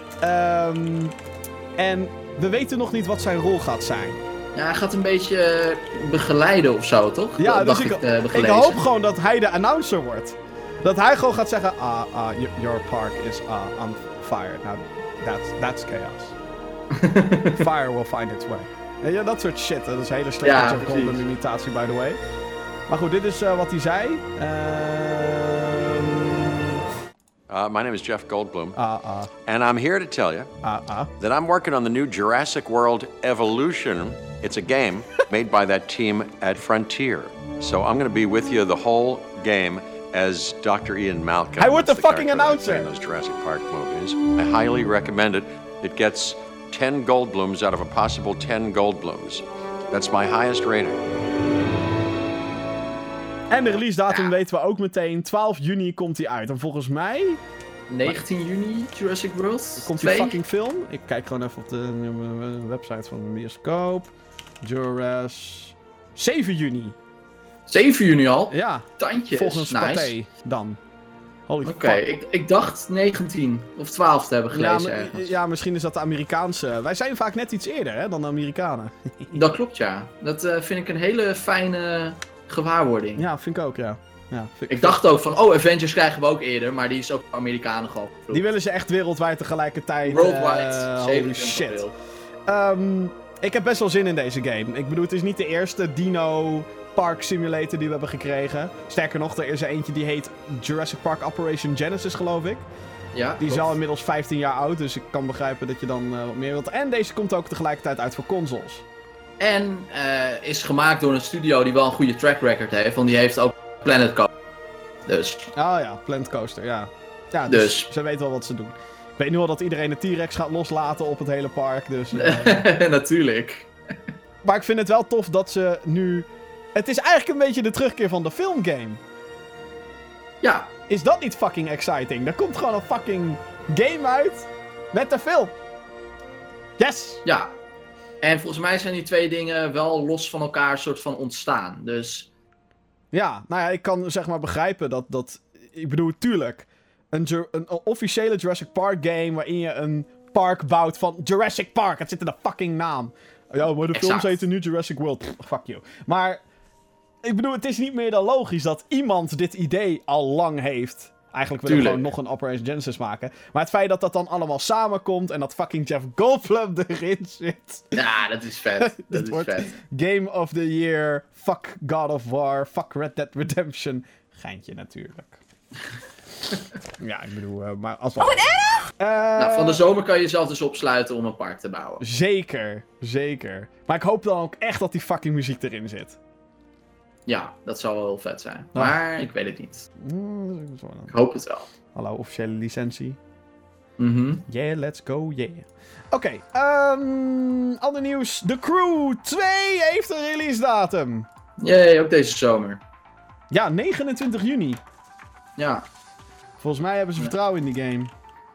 En we weten nog niet wat zijn rol gaat zijn. Ja, hij gaat een beetje begeleiden of zo, toch? Ja, dus ik hoop gewoon dat hij de announcer wordt. Dat hij gewoon gaat zeggen... your park is on fire. Now, that's chaos. Fire will find its way. Ja, dat soort shit. Dat is een hele slechte Jeff Goldblum imitatie, by the way. Maar goed, dit is wat hij zei. My name is Jeff Goldblum. And I'm here to tell you that I'm working on the new Jurassic World Evolution. It's a game made by that team at Frontier. So I'm going to be with you the whole game as Dr. Ian Malcolm. Hij wordt de fucking announcer. In those Jurassic Park movies. I highly recommend it. It gets 10 Goldblums out of a possible 10 Goldblums. That's my highest rating. En de release datum weten we ook meteen. 12 juni komt hij uit. En volgens mij... 19 juni, Jurassic World. Komt die fucking film? Ik kijk gewoon even op de website van de bioscoop. Jurassic... 7 juni. 7 juni al? Ja. Tandjes. Volgens Pathé dan. Oké, ik dacht 19 of 12 te hebben gelezen ja, misschien is dat de Amerikaanse... Wij zijn vaak net iets eerder hè, dan de Amerikanen. Dat klopt, ja. Dat vind ik een hele fijne gewaarwording. Ja, vind ik ook, ja. Ik dacht ook van, Avengers krijgen we ook eerder, maar die is ook Amerikanen gewoon. Die willen ze echt wereldwijd tegelijkertijd. Worldwide. Holy shit. Ik heb best wel zin in deze game. Ik bedoel, het is niet de eerste Dino Park Simulator die we hebben gekregen. Sterker nog, er is er eentje die heet Jurassic Park Operation Genesis, geloof ik. Ja, die is al inmiddels 15 jaar oud, dus ik kan begrijpen dat je dan wat meer wilt. En deze komt ook tegelijkertijd uit voor consoles. En is gemaakt door een studio die wel een goede track record heeft, want die heeft ook Planet Coaster. Dus. Oh ja, Plant Coaster, ja. Ja, dus ze weten wel wat ze doen. Ik weet nu al dat iedereen de T-Rex gaat loslaten op het hele park, dus... Natuurlijk. Maar ik vind het wel tof dat ze nu... Het is eigenlijk een beetje de terugkeer van de filmgame. Ja. Is dat niet fucking exciting? Er komt gewoon een fucking game uit met de film. Yes! Ja. En volgens mij zijn die twee dingen wel los van elkaar soort van ontstaan. Dus... Ja, nou ja, ik kan zeg maar begrijpen dat... Ik bedoel, tuurlijk. Een officiële Jurassic Park game waarin je een park bouwt van Jurassic Park. Het zit in de fucking naam. Ja, maar de films heten nu Jurassic World. Fuck you. Maar, ik bedoel, het is niet meer dan logisch dat iemand dit idee al lang heeft. Eigenlijk willen we gewoon nog een Operation Genesis maken. Maar het feit dat dat dan allemaal samenkomt en dat fucking Jeff Goldblum erin zit. Ja, dat is vet. Dat is vet. Game of the Year, fuck God of War, fuck Red Dead Redemption. Geintje natuurlijk. Ja, ik bedoel, maar als wel... Nou, van de zomer kan je jezelf dus opsluiten om een park te bouwen. Zeker, zeker. Maar ik hoop dan ook echt dat die fucking muziek erin zit. Ja, dat zou wel heel vet zijn. Maar ik weet het niet. Ik hoop het wel. Hallo, officiële licentie. Yeah, let's go, yeah. Oké, ander nieuws. The Crew 2 heeft een release datum. Jee, ook deze zomer. Ja, 29 juni. Ja. Volgens mij hebben ze vertrouwen in die game.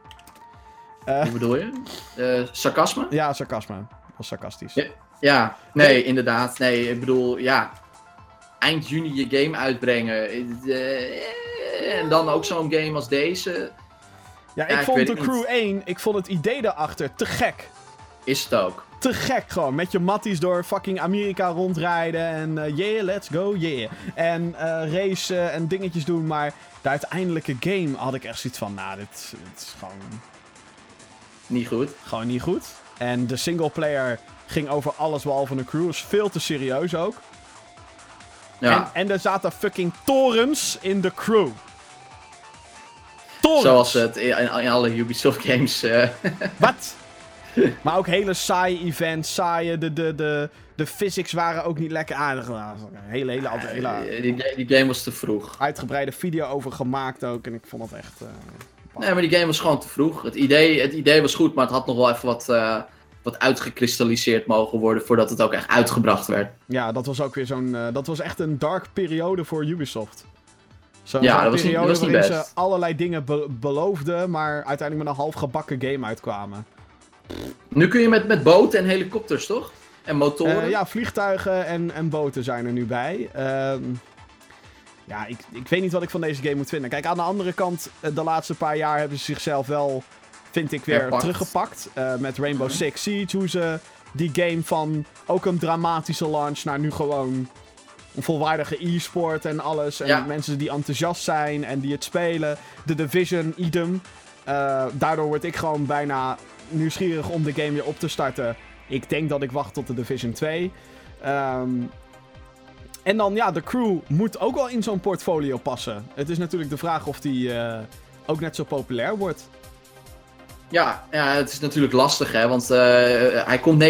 Hoe bedoel je? Sarcasme? Ja, sarcasme. Dat was sarcastisch. Ja, nee, inderdaad. Nee, ik bedoel, ja. Eind juni je game uitbrengen. En dan ook zo'n game als deze. Ja, ik vond de Crew 1, ik vond het idee daarachter te gek. Is het ook. Te gek gewoon. Met je matties door fucking Amerika rondrijden. En yeah, let's go, yeah. En racen en dingetjes doen. Maar de uiteindelijke game had ik echt zoiets van... Nou, dit is gewoon... Niet goed. Gewoon niet goed. En de singleplayer ging over alles behalve een Crew. Is veel te serieus ook. Ja. En er zaten fucking torens in de Crew. Torens. Zoals het in alle Ubisoft games... Wat? Maar ook hele saaie events, saaie... De physics waren ook niet lekker aardig. Die game was te vroeg. Uitgebreide video over gemaakt ook. En ik vond het echt... Nee, maar die game was gewoon te vroeg. Het idee was goed, maar het had nog wel even wat uitgekristalliseerd mogen worden voordat het ook echt uitgebracht werd. Ja, dat was ook weer zo'n... dat was echt een dark periode voor Ubisoft. Dat was niet best. Waarin ze allerlei dingen beloofden, maar uiteindelijk met een half gebakken game uitkwamen. Nu kun je met boten en helikopters, toch? En motoren? Ja, vliegtuigen en boten zijn er nu bij. Ja, ik weet niet wat ik van deze game moet vinden. Kijk, aan de andere kant, de laatste paar jaar hebben ze zichzelf wel, vind ik, weer teruggepakt. Met Rainbow Six Siege, hoe ze die game van ook een dramatische launch naar nu gewoon een volwaardige e-sport en alles. En mensen die enthousiast zijn en die het spelen. The Division, idem. Daardoor word ik gewoon bijna nieuwsgierig om de game weer op te starten. Ik denk dat ik wacht tot de Division 2. En dan, ja, de Crew moet ook wel in zo'n portfolio passen. Het is natuurlijk de vraag of die ook net zo populair wordt. Ja, het is natuurlijk lastig, hè. Want hij komt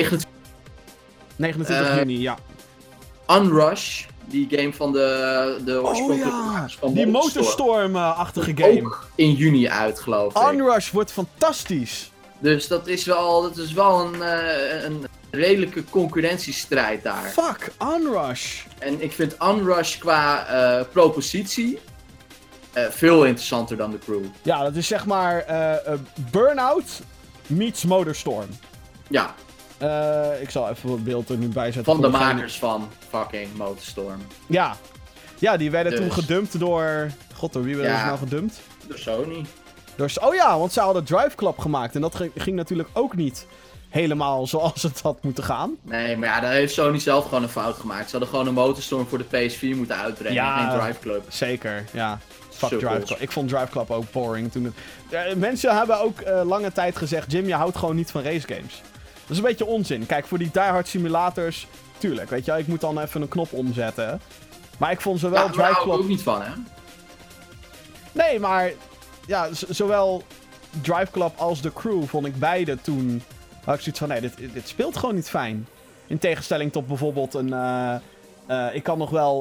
29 juni, ja. Unrush, die game van de oorspronkelijke... Van die Motorstorm-achtige game. Ook in juni uit, geloof ik. Unrush wordt fantastisch. Dus dat is wel een redelijke concurrentiestrijd daar. Fuck, Unrush. En ik vind Unrush qua propositie veel interessanter dan de Crew. Ja, dat is zeg maar Burnout meets Motorstorm. Ja. Ik zal even wat beeld er nu bij zetten. Van de makers van fucking Motorstorm. Ja. Ja, die werden toen gedumpt door... God, door wie werden ze nou gedumpt? Door Sony. Oh ja, want ze hadden Drive Club gemaakt. En dat ging natuurlijk ook niet helemaal zoals het had moeten gaan. Nee, maar ja, daar heeft Sony zelf gewoon een fout gemaakt. Ze hadden gewoon een Motorstorm voor de PS4 moeten uitbrengen. Ja, geen Drive Club. Zeker, ja. Fuck Drive Club. Ik vond Drive Club ook boring. Mensen hebben ook lange tijd gezegd... Jim, je houdt gewoon niet van racegames. Dat is een beetje onzin. Kijk, voor die diehard simulators... Tuurlijk, weet je, ik moet dan even een knop omzetten. Maar ik vond zowel Drive Club... Daar hou ik ook niet van, hè? Nee, maar... Ja, zowel Drive Club als The Crew vond ik beide toen... Had ik zoiets van, nee, dit speelt gewoon niet fijn. In tegenstelling tot bijvoorbeeld een... ik kan nog wel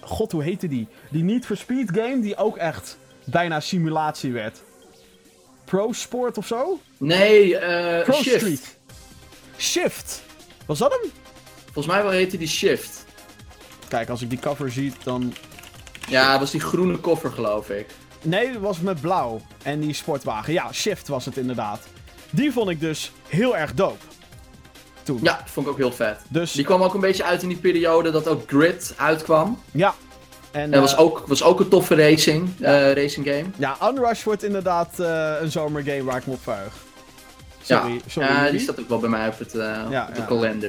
God, hoe heette die? Die Need for Speed game die ook echt bijna simulatie werd. Pro Sport of zo? Nee, Pro Shift. Street. Shift. Was dat hem? Volgens mij wel heette die Shift. Kijk, als ik die cover zie, dan... Ja, dat was die groene koffer, geloof ik. Nee, dat was met blauw. En die sportwagen. Ja, Shift was het inderdaad. Die vond ik dus heel erg dope. Toen. Ja, vond ik ook heel vet. Dus, die kwam ook een beetje uit in die periode dat ook Grid uitkwam. Ja. En dat was ook een toffe racing game. Ja, Unrush wordt inderdaad een zomergame waar ik me op verheug. Sorry, die staat ook wel bij mij op de kalender.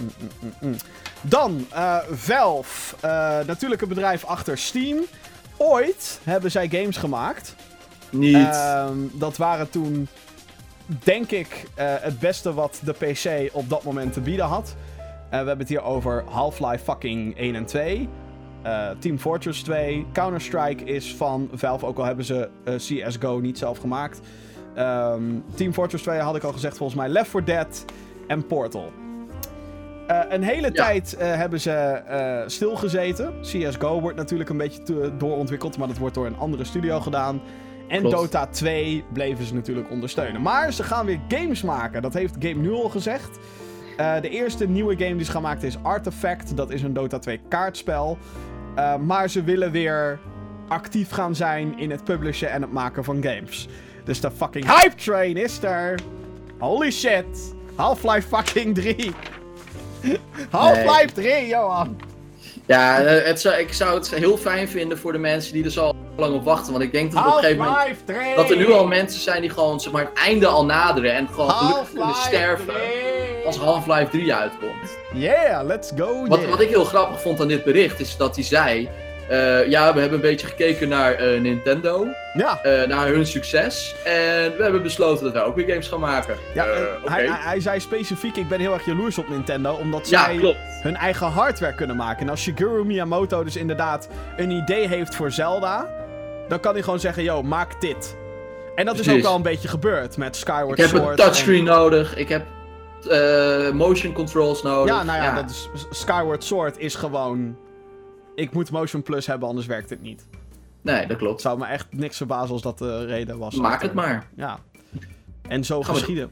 Dan, Valve. Natuurlijk het bedrijf achter Steam. Ooit hebben zij games gemaakt. Niet. Dat waren toen, denk ik, het beste wat de PC op dat moment te bieden had. We hebben het hier over Half-Life fucking 1 en 2. Team Fortress 2. Counter-Strike is van Valve, ook al hebben ze CSGO niet zelf gemaakt. Team Fortress 2 had ik al gezegd, volgens mij Left 4 Dead en Portal. Een hele tijd hebben ze stilgezeten. CSGO wordt natuurlijk een beetje doorontwikkeld, maar dat wordt door een andere studio gedaan. En Klopt. Dota 2 bleven ze natuurlijk ondersteunen. Maar ze gaan weer games maken, dat heeft Gabe Newell gezegd. De eerste nieuwe game die ze gaan maken is Artifact. Dat is een Dota 2 kaartspel. Maar ze willen weer actief gaan zijn in het publishen en het maken van games. Dus de fucking hype train is er. Holy shit. Half-Life fucking 3. Half-Life 3, Johan. Ja, ik zou het heel fijn vinden voor de mensen die er zo lang op wachten. Want ik denk dat op een gegeven moment... dat er nu al mensen zijn die gewoon zeg maar, het einde al naderen. En gewoon gelukkig kunnen sterven. Als Half-Life 3 uitkomt. Yeah, let's go. Wat ik heel grappig vond aan dit bericht is dat hij zei... we hebben een beetje gekeken naar Nintendo. Ja. Naar hun succes. En we hebben besloten dat wij ook weer games gaan maken. Ja, hij zei specifiek, ik ben heel erg jaloers op Nintendo. Omdat zij hun eigen hardware kunnen maken. En als Shigeru Miyamoto dus inderdaad een idee heeft voor Zelda... dan kan hij gewoon zeggen, yo, maak dit. En dat is ook al een beetje gebeurd met Skyward Sword. Ik heb een touchscreen nodig. Ik heb motion controls nodig. Ja, nou ja, dat is, Skyward Sword is gewoon... Ik moet Motion Plus hebben, anders werkt het niet. Nee, dat klopt. Het zou me echt niks verbazen als dat de reden was. Maak het maar. Ja. En zo geschieden.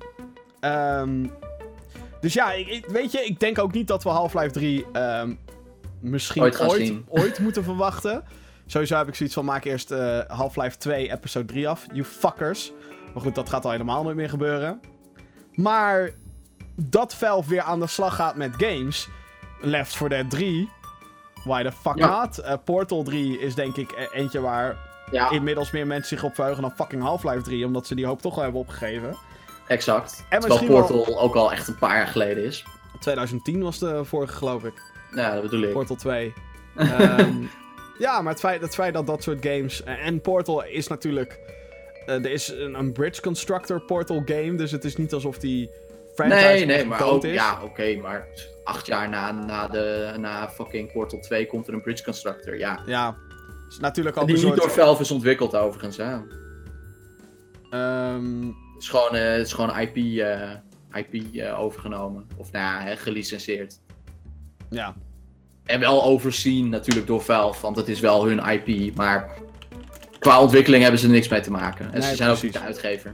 Dus ja, weet je, ik denk ook niet dat we Half-Life 3 misschien ooit moeten verwachten. Sowieso heb ik zoiets van, maak eerst Half-Life 2 episode 3 af. You fuckers. Maar goed, dat gaat al helemaal nooit meer gebeuren. Maar dat Valve weer aan de slag gaat met games. Left 4 Dead 3... Why the fuck not? Portal 3 is denk ik eentje waar inmiddels meer mensen zich op verheugen dan fucking Half-Life 3. Omdat ze die hoop toch wel hebben opgegeven. Exact. En terwijl Portal ook al echt een paar jaar geleden is. 2010 was de vorige, geloof ik. Ja, dat bedoel ik. Portal 2. Ja, maar het feit dat dat soort games... en Portal is natuurlijk... er is een Bridge Constructor Portal game. Dus het is niet alsof die franchise maar dood is. Ja, oké, maar... 8 jaar na fucking Portal 2 komt er een Bridge Constructor, ja. Ja, is natuurlijk ook die niet door Valve is ontwikkeld overigens, hè. Het is gewoon IP overgenomen. Of gelicenseerd. Ja. En wel overseen natuurlijk door Valve, want het is wel hun IP. Maar qua ontwikkeling hebben ze er niks mee te maken. En ze zijn ook niet de uitgever.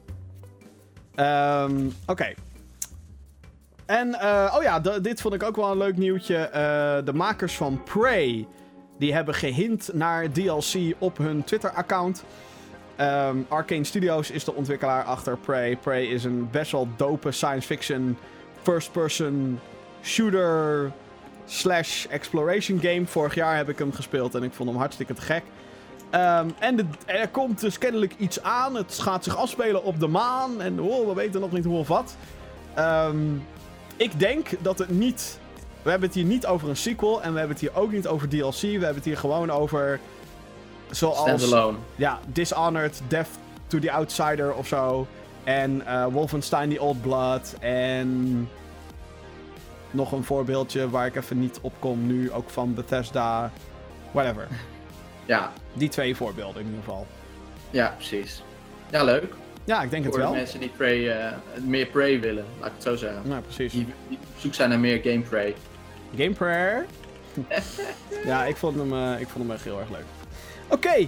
Oké. En, dit vond ik ook wel een leuk nieuwtje. De makers van Prey, die hebben gehint naar DLC op hun Twitter-account. Arcane Studios is de ontwikkelaar achter Prey. Prey is een best wel dope science fiction first-person shooter / exploration game. Vorig jaar heb ik hem gespeeld en ik vond hem hartstikke te gek. Er komt dus kennelijk iets aan. Het gaat zich afspelen op de maan. En we weten nog niet hoe of wat. Ik denk dat het niet... We hebben het hier niet over een sequel. En we hebben het hier ook niet over DLC. We hebben het hier gewoon over... Zoals... Standalone. Ja, Dishonored, Death to the Outsider of zo. En Wolfenstein The Old Blood. En... Nog een voorbeeldje waar ik even niet op kom nu. Ook van Bethesda. Whatever. Ja. Die 2 voorbeelden in ieder geval. Ja, precies. Ja, leuk. Ja, ik denk het wel. Voor mensen die meer Prey willen, laat ik het zo zeggen. Ja, precies. Die op zoek zijn naar meer Game Prey. Game Prey. Ja, ik vond hem echt heel erg leuk. Oké,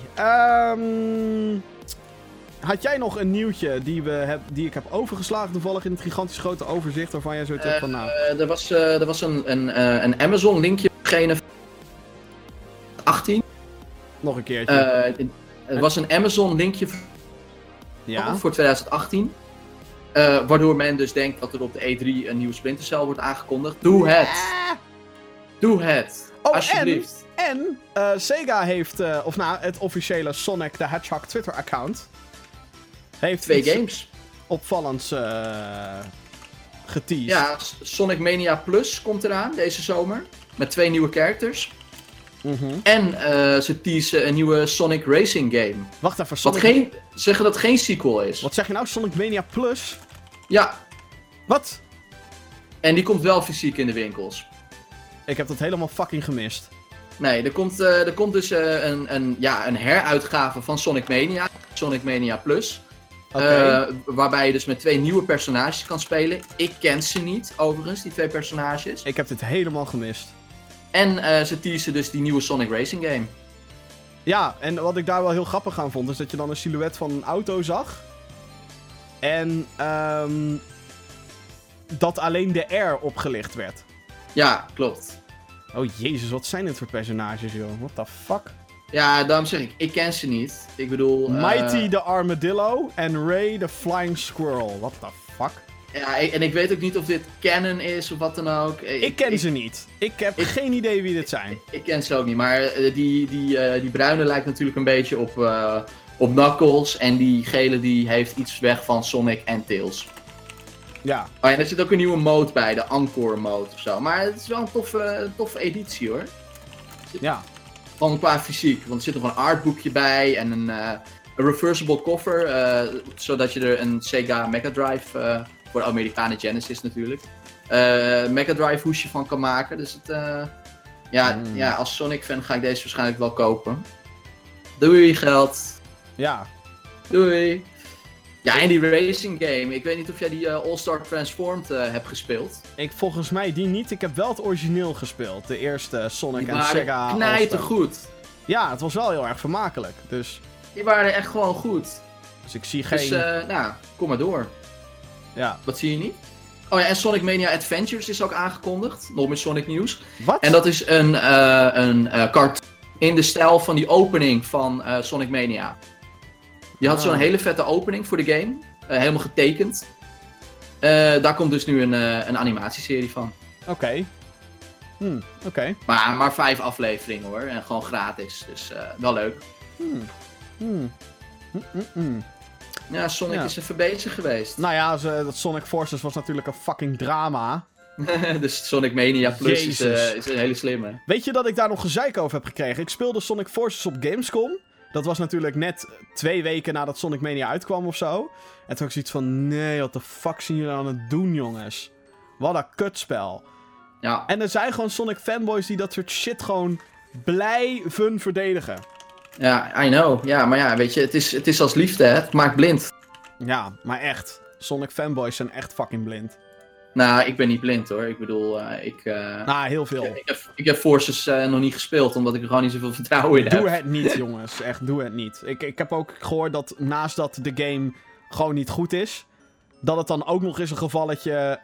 had jij nog een nieuwtje die ik heb overgeslagen toevallig in het gigantisch grote overzicht waarvan jij zoiets hebt van nou... Er was een Amazon linkje verschenen 18. Nog een keertje. Er was een Amazon linkje voor 2018. Waardoor men dus denkt dat er op de E3 een nieuwe Splinter Cell wordt aangekondigd. Doe het! Doe het! Alsjeblieft! En Sega heeft, het officiële Sonic the Hedgehog Twitter-account heeft 2 games opvallends geteased. Ja, Sonic Mania Plus komt eraan deze zomer. Met 2 nieuwe characters. Mm-hmm. En ze teasen een nieuwe Sonic Racing game. Wacht even, Sonic... Zeggen dat het geen sequel is. Wat zeg je nou? Sonic Mania Plus? Ja. Wat? En die komt wel fysiek in de winkels. Ik heb dat helemaal fucking gemist. Nee, er komt dus een heruitgave van Sonic Mania. Sonic Mania Plus. Okay. Waarbij je dus met 2 nieuwe personages kan spelen. Ik ken ze niet, overigens, die 2 personages. Ik heb dit helemaal gemist. En ze teasen dus die nieuwe Sonic Racing game. Ja, en wat ik daar wel heel grappig aan vond, is dat je dan een silhouet van een auto zag. En dat alleen de R opgelicht werd. Ja, klopt. Oh jezus, wat zijn dit voor personages, joh? What the fuck? Ja, daarom zeg ik ken ze niet. Ik bedoel... Mighty the Armadillo en Ray the Flying Squirrel. What the fuck? Ja, en ik weet ook niet of dit canon is of wat dan ook. Ik ken ze niet. Ik heb geen idee wie dit zijn. Ik ken ze ook niet, maar die bruine lijkt natuurlijk een beetje op Knuckles. En die gele die heeft iets weg van Sonic en Tails. Ja. Oh, en er zit ook een nieuwe mode bij, de Encore mode of zo. Maar het is wel een toffe editie hoor. Ja. Gewoon qua fysiek, want er zit nog een artboekje bij en een reversible cover. Zodat je er een Sega Mega Drive, voor de Amerikanen Genesis natuurlijk, Mega Drive hoesje van kan maken. Dus als Sonic fan ga ik deze waarschijnlijk wel kopen. Doei geld. Ja. Doei. Ja, en die racing game. Ik weet niet of jij die All-Star Transformed hebt gespeeld. Volgens mij die niet. Ik heb wel het origineel gespeeld. De eerste Sonic en Sega. Die waren knijtergoed. Ja, het was wel heel erg vermakelijk. Dus... Die waren echt gewoon goed. Dus ik zie geen... Dus kom maar door. Ja. Wat zie je niet? Oh ja, en Sonic Mania Adventures is ook aangekondigd. Nog meer Sonic nieuws. Wat? En dat is een cartoon in de stijl van die opening van Sonic Mania. Die had zo'n hele vette opening voor de game. Helemaal getekend. Daar komt dus nu een animatieserie van. Oké. Oké. Maar 5 afleveringen hoor. En gewoon gratis. Dus wel leuk. Ja, Sonic is even bezig geweest. Nou ja, dat Sonic Forces was natuurlijk een fucking drama. Dus Sonic Mania Plus is een hele slimme. Weet je dat ik daar nog gezeik over heb gekregen? Ik speelde Sonic Forces op Gamescom. Dat was natuurlijk net 2 weken nadat Sonic Mania uitkwam of zo. En toen had ik zoiets van, nee, wat de fuck zijn jullie aan het doen, jongens? Wat een kutspel. Ja. En er zijn gewoon Sonic fanboys die dat soort shit gewoon blijven verdedigen. Ja, I know. Ja, maar ja, weet je, het is als liefde, hè. Het maakt blind. Ja, maar echt. Sonic fanboys zijn echt fucking blind. Nou, ik ben niet blind hoor. Ik bedoel, heel veel. Ik heb Forces nog niet gespeeld, omdat ik er gewoon niet zoveel vertrouwen in heb. Doe het niet, jongens. Echt, doe het niet. Ik heb ook gehoord dat naast dat de game gewoon niet goed is, dat het dan ook nog eens een gevalletje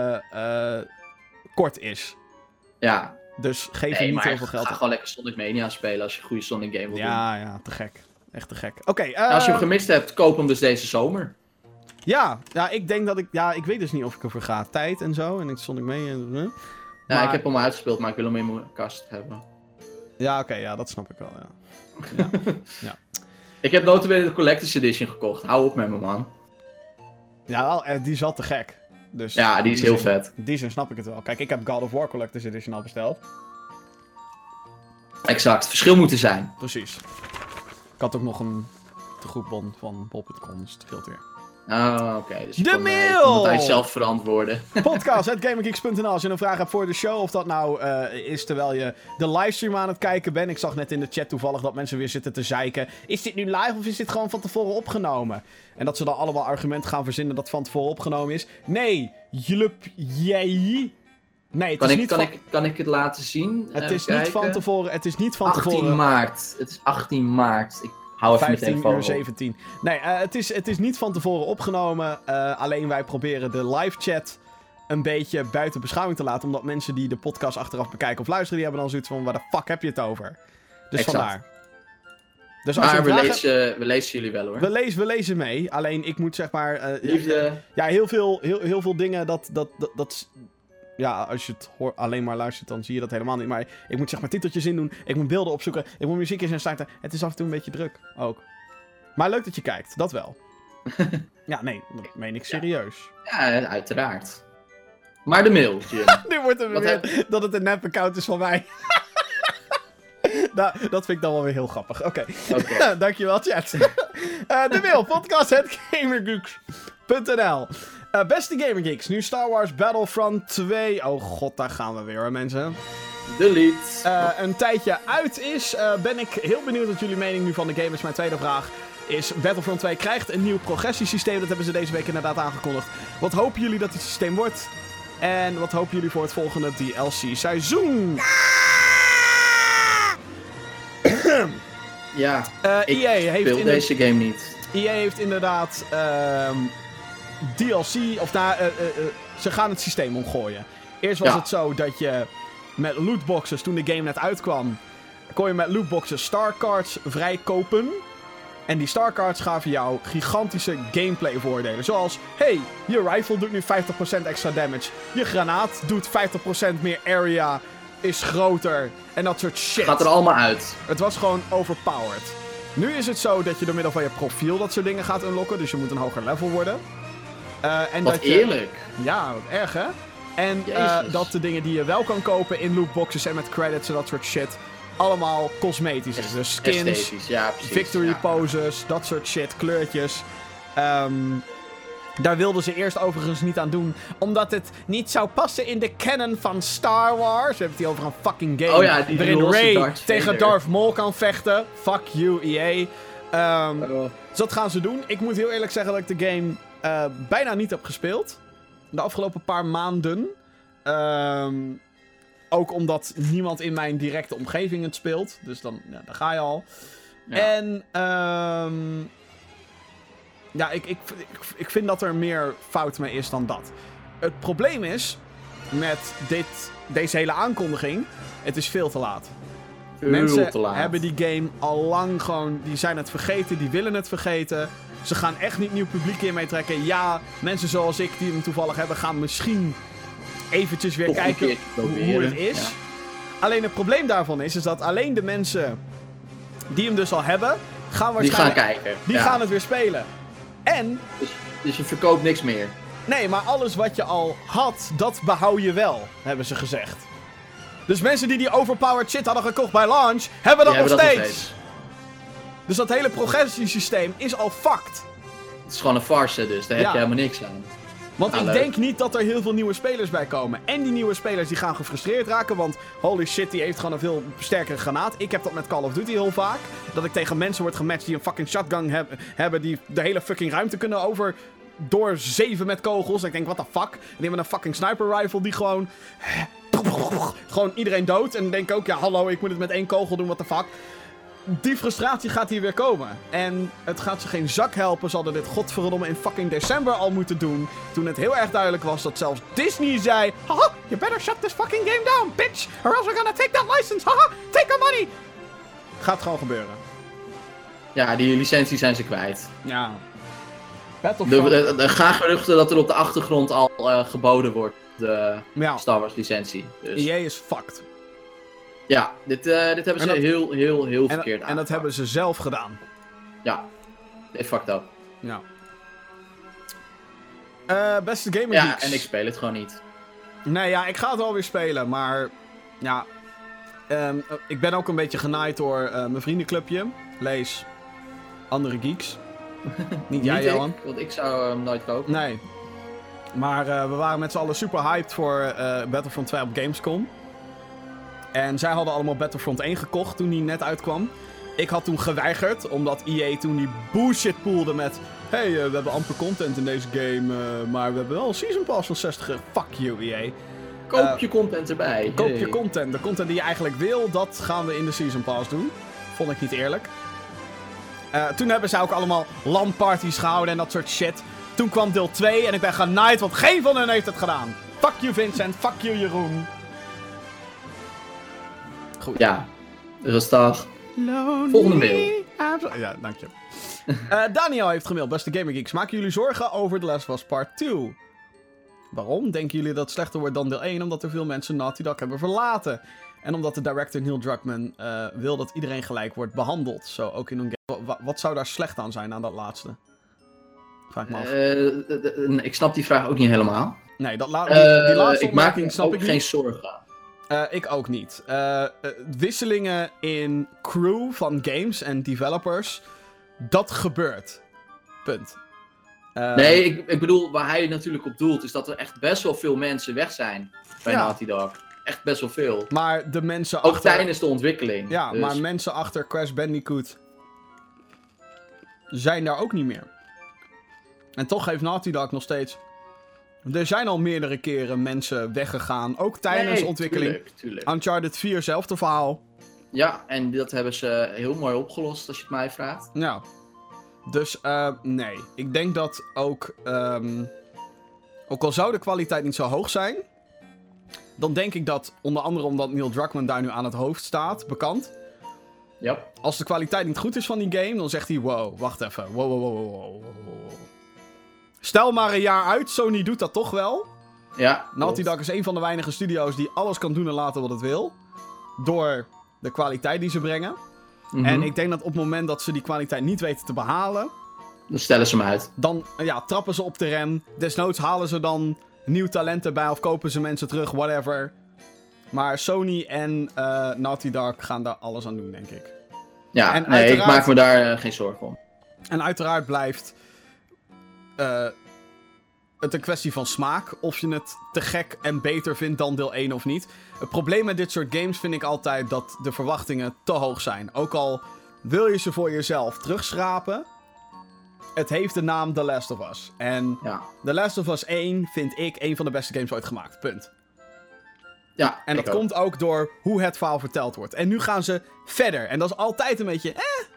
kort is. Ja. Dus geef je niet heel veel geld. Ga gewoon lekker Sonic Mania spelen als je een goede Sonic game wil doen. Ja, te gek. Echt te gek. Oké. Als je hem gemist hebt, koop hem dus deze zomer. Ja, ik denk dat ik... Ja, ik weet dus niet of ik ervoor ga. Tijd en zo. En ik Sonic mee en... Ja, ik heb hem al uitgespeeld, maar ik wil hem in mijn kast hebben. Ja, oké, dat snap ik wel, ja. Ja. Ik heb notabene de Collector's Edition gekocht. Hou op met me, man. Ja, die is wel te gek. Dus ja, die is heel vet. Die zin snap ik het wel. Kijk, ik heb God of War Collector's Edition al besteld. Exact, verschil moet er zijn. Precies. Ik had ook nog een tegoedbon van bol.com, dus het scheelt weer. Oh, oké. Dus de mail! Je kan zelf verantwoorden. Podcast@gamergeeks.nl als je een vraag hebt voor de show. Of dat nou is terwijl je de livestream aan het kijken bent. Ik zag net in de chat toevallig dat mensen weer zitten te zeiken. Is dit nu live of is dit gewoon van tevoren opgenomen? En dat ze dan allemaal argumenten gaan verzinnen dat het van tevoren opgenomen is. Nee, julp jij. Nee, kan ik het laten zien? Het is niet van tevoren. 18 maart. Het is 18 maart. Ik hou even mijn telefoon op. 17. Nee, het is niet van tevoren opgenomen. Alleen wij proberen de live chat een beetje buiten beschouwing te laten. Omdat mensen die de podcast achteraf bekijken of luisteren, die hebben dan zoiets van, waar de fuck heb je het over? Dus exact. Vandaar. Dus maar we lezen jullie wel, hoor. We lezen mee. Alleen ik moet zeg maar... Liefde. Ja, heel veel dingen dat ja, als je het alleen maar luistert, dan zie je dat helemaal niet. Maar ik moet zeg maar titeltjes indoen. Ik moet beelden opzoeken. Ik moet muziekjes instarten. Het is af en toe een beetje druk, ook. Maar leuk dat je kijkt, dat wel. Ja, nee, dat meen ik serieus. Ja, uiteraard. Maar de mail, Jim. Nu wordt het weer dat het een nep-account is van mij. Nou, dat vind ik dan wel weer heel grappig. Oké. Dankjewel, chat. De mail, podcast@gamergeeks.nl. Beste Gamer Geeks, nu Star Wars Battlefront 2... Oh god, daar gaan we weer, hoor, mensen. Delete. Een tijdje uit is, ben ik heel benieuwd wat jullie mening nu van de game is. Mijn tweede vraag is, Battlefront 2 krijgt een nieuw progressiesysteem. Dat hebben ze deze week inderdaad aangekondigd. Wat hopen jullie dat dit systeem wordt? En wat hopen jullie voor het volgende DLC-seizoen? Ja, EA speel deze game niet. EA heeft inderdaad DLC, of ze gaan het systeem omgooien. Eerst was het zo dat je met lootboxes, toen de game net uitkwam, kon je met lootboxes starcards vrijkopen. En die starcards gaven jou gigantische gameplay voordelen. Zoals, hey, je rifle doet nu 50% extra damage. Je granaat doet 50% meer area, is groter en dat soort shit. Gaat er allemaal uit. Het was gewoon overpowered. Nu is het zo dat je door middel van je profiel dat soort dingen gaat unlocken. Dus je moet een hoger level worden. Wat eerlijk. Ja, wat erg, hè? En dat de dingen die je wel kan kopen in lootboxes en met credits en dat soort shit allemaal cosmetisch is. Dus skins, ja, precies, victory poses, dat soort shit, kleurtjes. Daar wilden ze eerst overigens niet aan doen, omdat het niet zou passen in de canon van Star Wars. We hebben het hier over een fucking game waarin Rey tegen Darth Maul kan vechten. Fuck you, EA. Dus dat gaan ze doen. Ik moet heel eerlijk zeggen dat ik de game bijna niet heb gespeeld. De afgelopen paar maanden. Ook omdat niemand in mijn directe omgeving het speelt. Dus dan, ja, daar ga je al. Ja. En ja, ik vind dat er meer fout mee is dan dat. Het probleem is met deze hele aankondiging, het is veel te laat. Mensen hebben die game al lang gewoon, die zijn het vergeten, die willen het vergeten. Ze gaan echt niet nieuw publiek in meetrekken. Ja, mensen zoals ik die hem toevallig hebben, gaan misschien eventjes weer kijken hoe het is. Ja. Alleen het probleem daarvan is dat alleen de mensen die hem dus al hebben, gaan waarschijnlijk... Die gaan kijken. Die gaan het weer spelen. En... Dus je verkoopt niks meer. Nee, maar alles wat je al had, dat behoud je wel, hebben ze gezegd. Dus mensen die overpowered shit hadden gekocht bij launch, hebben dat nog steeds. Dus dat hele progressiesysteem is al fucked. Het is gewoon een farce dus, daar heb je helemaal niks aan. Want ik denk niet dat er heel veel nieuwe spelers bij komen. En die nieuwe spelers die gaan gefrustreerd raken. Want holy shit, die heeft gewoon een veel sterkere granaat. Ik heb dat met Call of Duty heel vaak. Dat ik tegen mensen word gematcht die een fucking shotgun hebben. Die de hele fucking ruimte kunnen doorzeven met kogels. Ik denk, what the fuck? En die hebben een fucking sniper rifle die gewoon iedereen dood. En dan denk ik ook, ja hallo, ik moet het met 1 kogel doen, what the fuck? Die frustratie gaat hier weer komen. En het gaat ze geen zak helpen. Ze hadden dit godverdomme in fucking december al moeten doen. Toen het heel erg duidelijk was dat zelfs Disney zei... Haha, you better shut this fucking game down, bitch. Or else we're gonna take that license. Haha, take our money. Gaat gewoon gebeuren. Ja, die licentie zijn ze kwijt. Ja. Er gaan geruchten dat er op de achtergrond al geboden wordt. De Star Wars licentie. Dus. EA is fucked. Ja, dit hebben ze heel verkeerd aan. En dat hebben ze zelf gedaan. Ja, dit is fucked up. Ja. Beste Gamer Geeks. Ja, en ik speel het gewoon niet. Nee, ja, ik ga het wel weer spelen, maar... Ja... ik ben ook een beetje genaaid door mijn vriendenclubje. Lees andere geeks. Niet jij, Johan. Want ik zou hem nooit kopen. Nee. Maar we waren met z'n allen super hyped voor Battlefront 2 op Gamescom. En zij hadden allemaal Battlefront 1 gekocht toen die net uitkwam. Ik had toen geweigerd, omdat EA toen die bullshit poelde met... Hey, we hebben amper content in deze game, maar we hebben wel een Season Pass van 60 euro. Fuck you, EA. Koop je content erbij. Koop je content. De content die je eigenlijk wil, dat gaan we in de Season Pass doen. Vond ik niet eerlijk. Toen hebben ze ook allemaal LAN-parties gehouden en dat soort shit. Toen kwam deel 2 en ik ben genaaid, want geen van hen heeft het gedaan. Fuck you Vincent, fuck you Jeroen. Goed. Ja, rustig. Volgende mail. Ja, dank je. Daniel heeft gemaild. Beste Gamer Geeks, maken jullie zorgen over The Last of Us Part 2? Waarom? Denken jullie dat het slechter wordt dan deel 1? Omdat er veel mensen Naughty Dog hebben verlaten. En omdat de director Neil Druckmann wil dat iedereen gelijk wordt behandeld. Zo ook in een game. Wat zou daar slecht aan zijn aan dat laatste? Vraag me af. Ik snap die vraag ook niet helemaal. Nee, die laatste opmerking snap ik niet. Ik maak geen zorgen. Ik ook niet. Wisselingen in crew van games en developers, dat gebeurt. Punt. Nee, ik bedoel, waar hij natuurlijk op doelt, is dat er echt best wel veel mensen weg zijn bij Naughty Dog. Echt best wel veel. Maar de mensen ook tijdens de ontwikkeling. Ja, dus. Maar mensen achter Crash Bandicoot zijn daar ook niet meer. En toch heeft Naughty Dog nog steeds... Er zijn al meerdere keren mensen weggegaan, ook tijdens ontwikkeling. Tuurlijk. Uncharted 4, zelfde verhaal. Ja, en dat hebben ze heel mooi opgelost, als je het mij vraagt. Ja. Dus, nee. Ik denk dat ook... ook al zou de kwaliteit niet zo hoog zijn... Dan denk ik dat, onder andere omdat Neil Druckmann daar nu aan het hoofd staat, bekend. Ja. Als de kwaliteit niet goed is van die game, dan zegt hij... Wow, wacht even. Wow. Stel maar een jaar uit, Sony doet dat toch wel. Ja. Naughty Dog is een van de weinige studio's die alles kan doen en laten wat het wil. Door de kwaliteit die ze brengen. Mm-hmm. En ik denk dat op het moment dat ze die kwaliteit niet weten te behalen... Dan stellen ze hem uit. Dan trappen ze op de rem. Desnoods halen ze dan nieuw talent erbij of kopen ze mensen terug, whatever. Maar Sony en Naughty Dog gaan daar alles aan doen, denk ik. Ja, en nee, ik maak me daar geen zorgen om. En uiteraard blijft... het een kwestie van smaak. Of je het te gek en beter vindt dan deel 1 of niet. Het probleem met dit soort games vind ik altijd dat de verwachtingen te hoog zijn. Ook al wil je ze voor jezelf terugschrapen. Het heeft de naam The Last of Us. En The Last of Us 1 vind ik een van de beste games ooit gemaakt. Punt. Ja, en dat komt ook door hoe het verhaal verteld wordt. En nu gaan ze verder. En dat is altijd een beetje...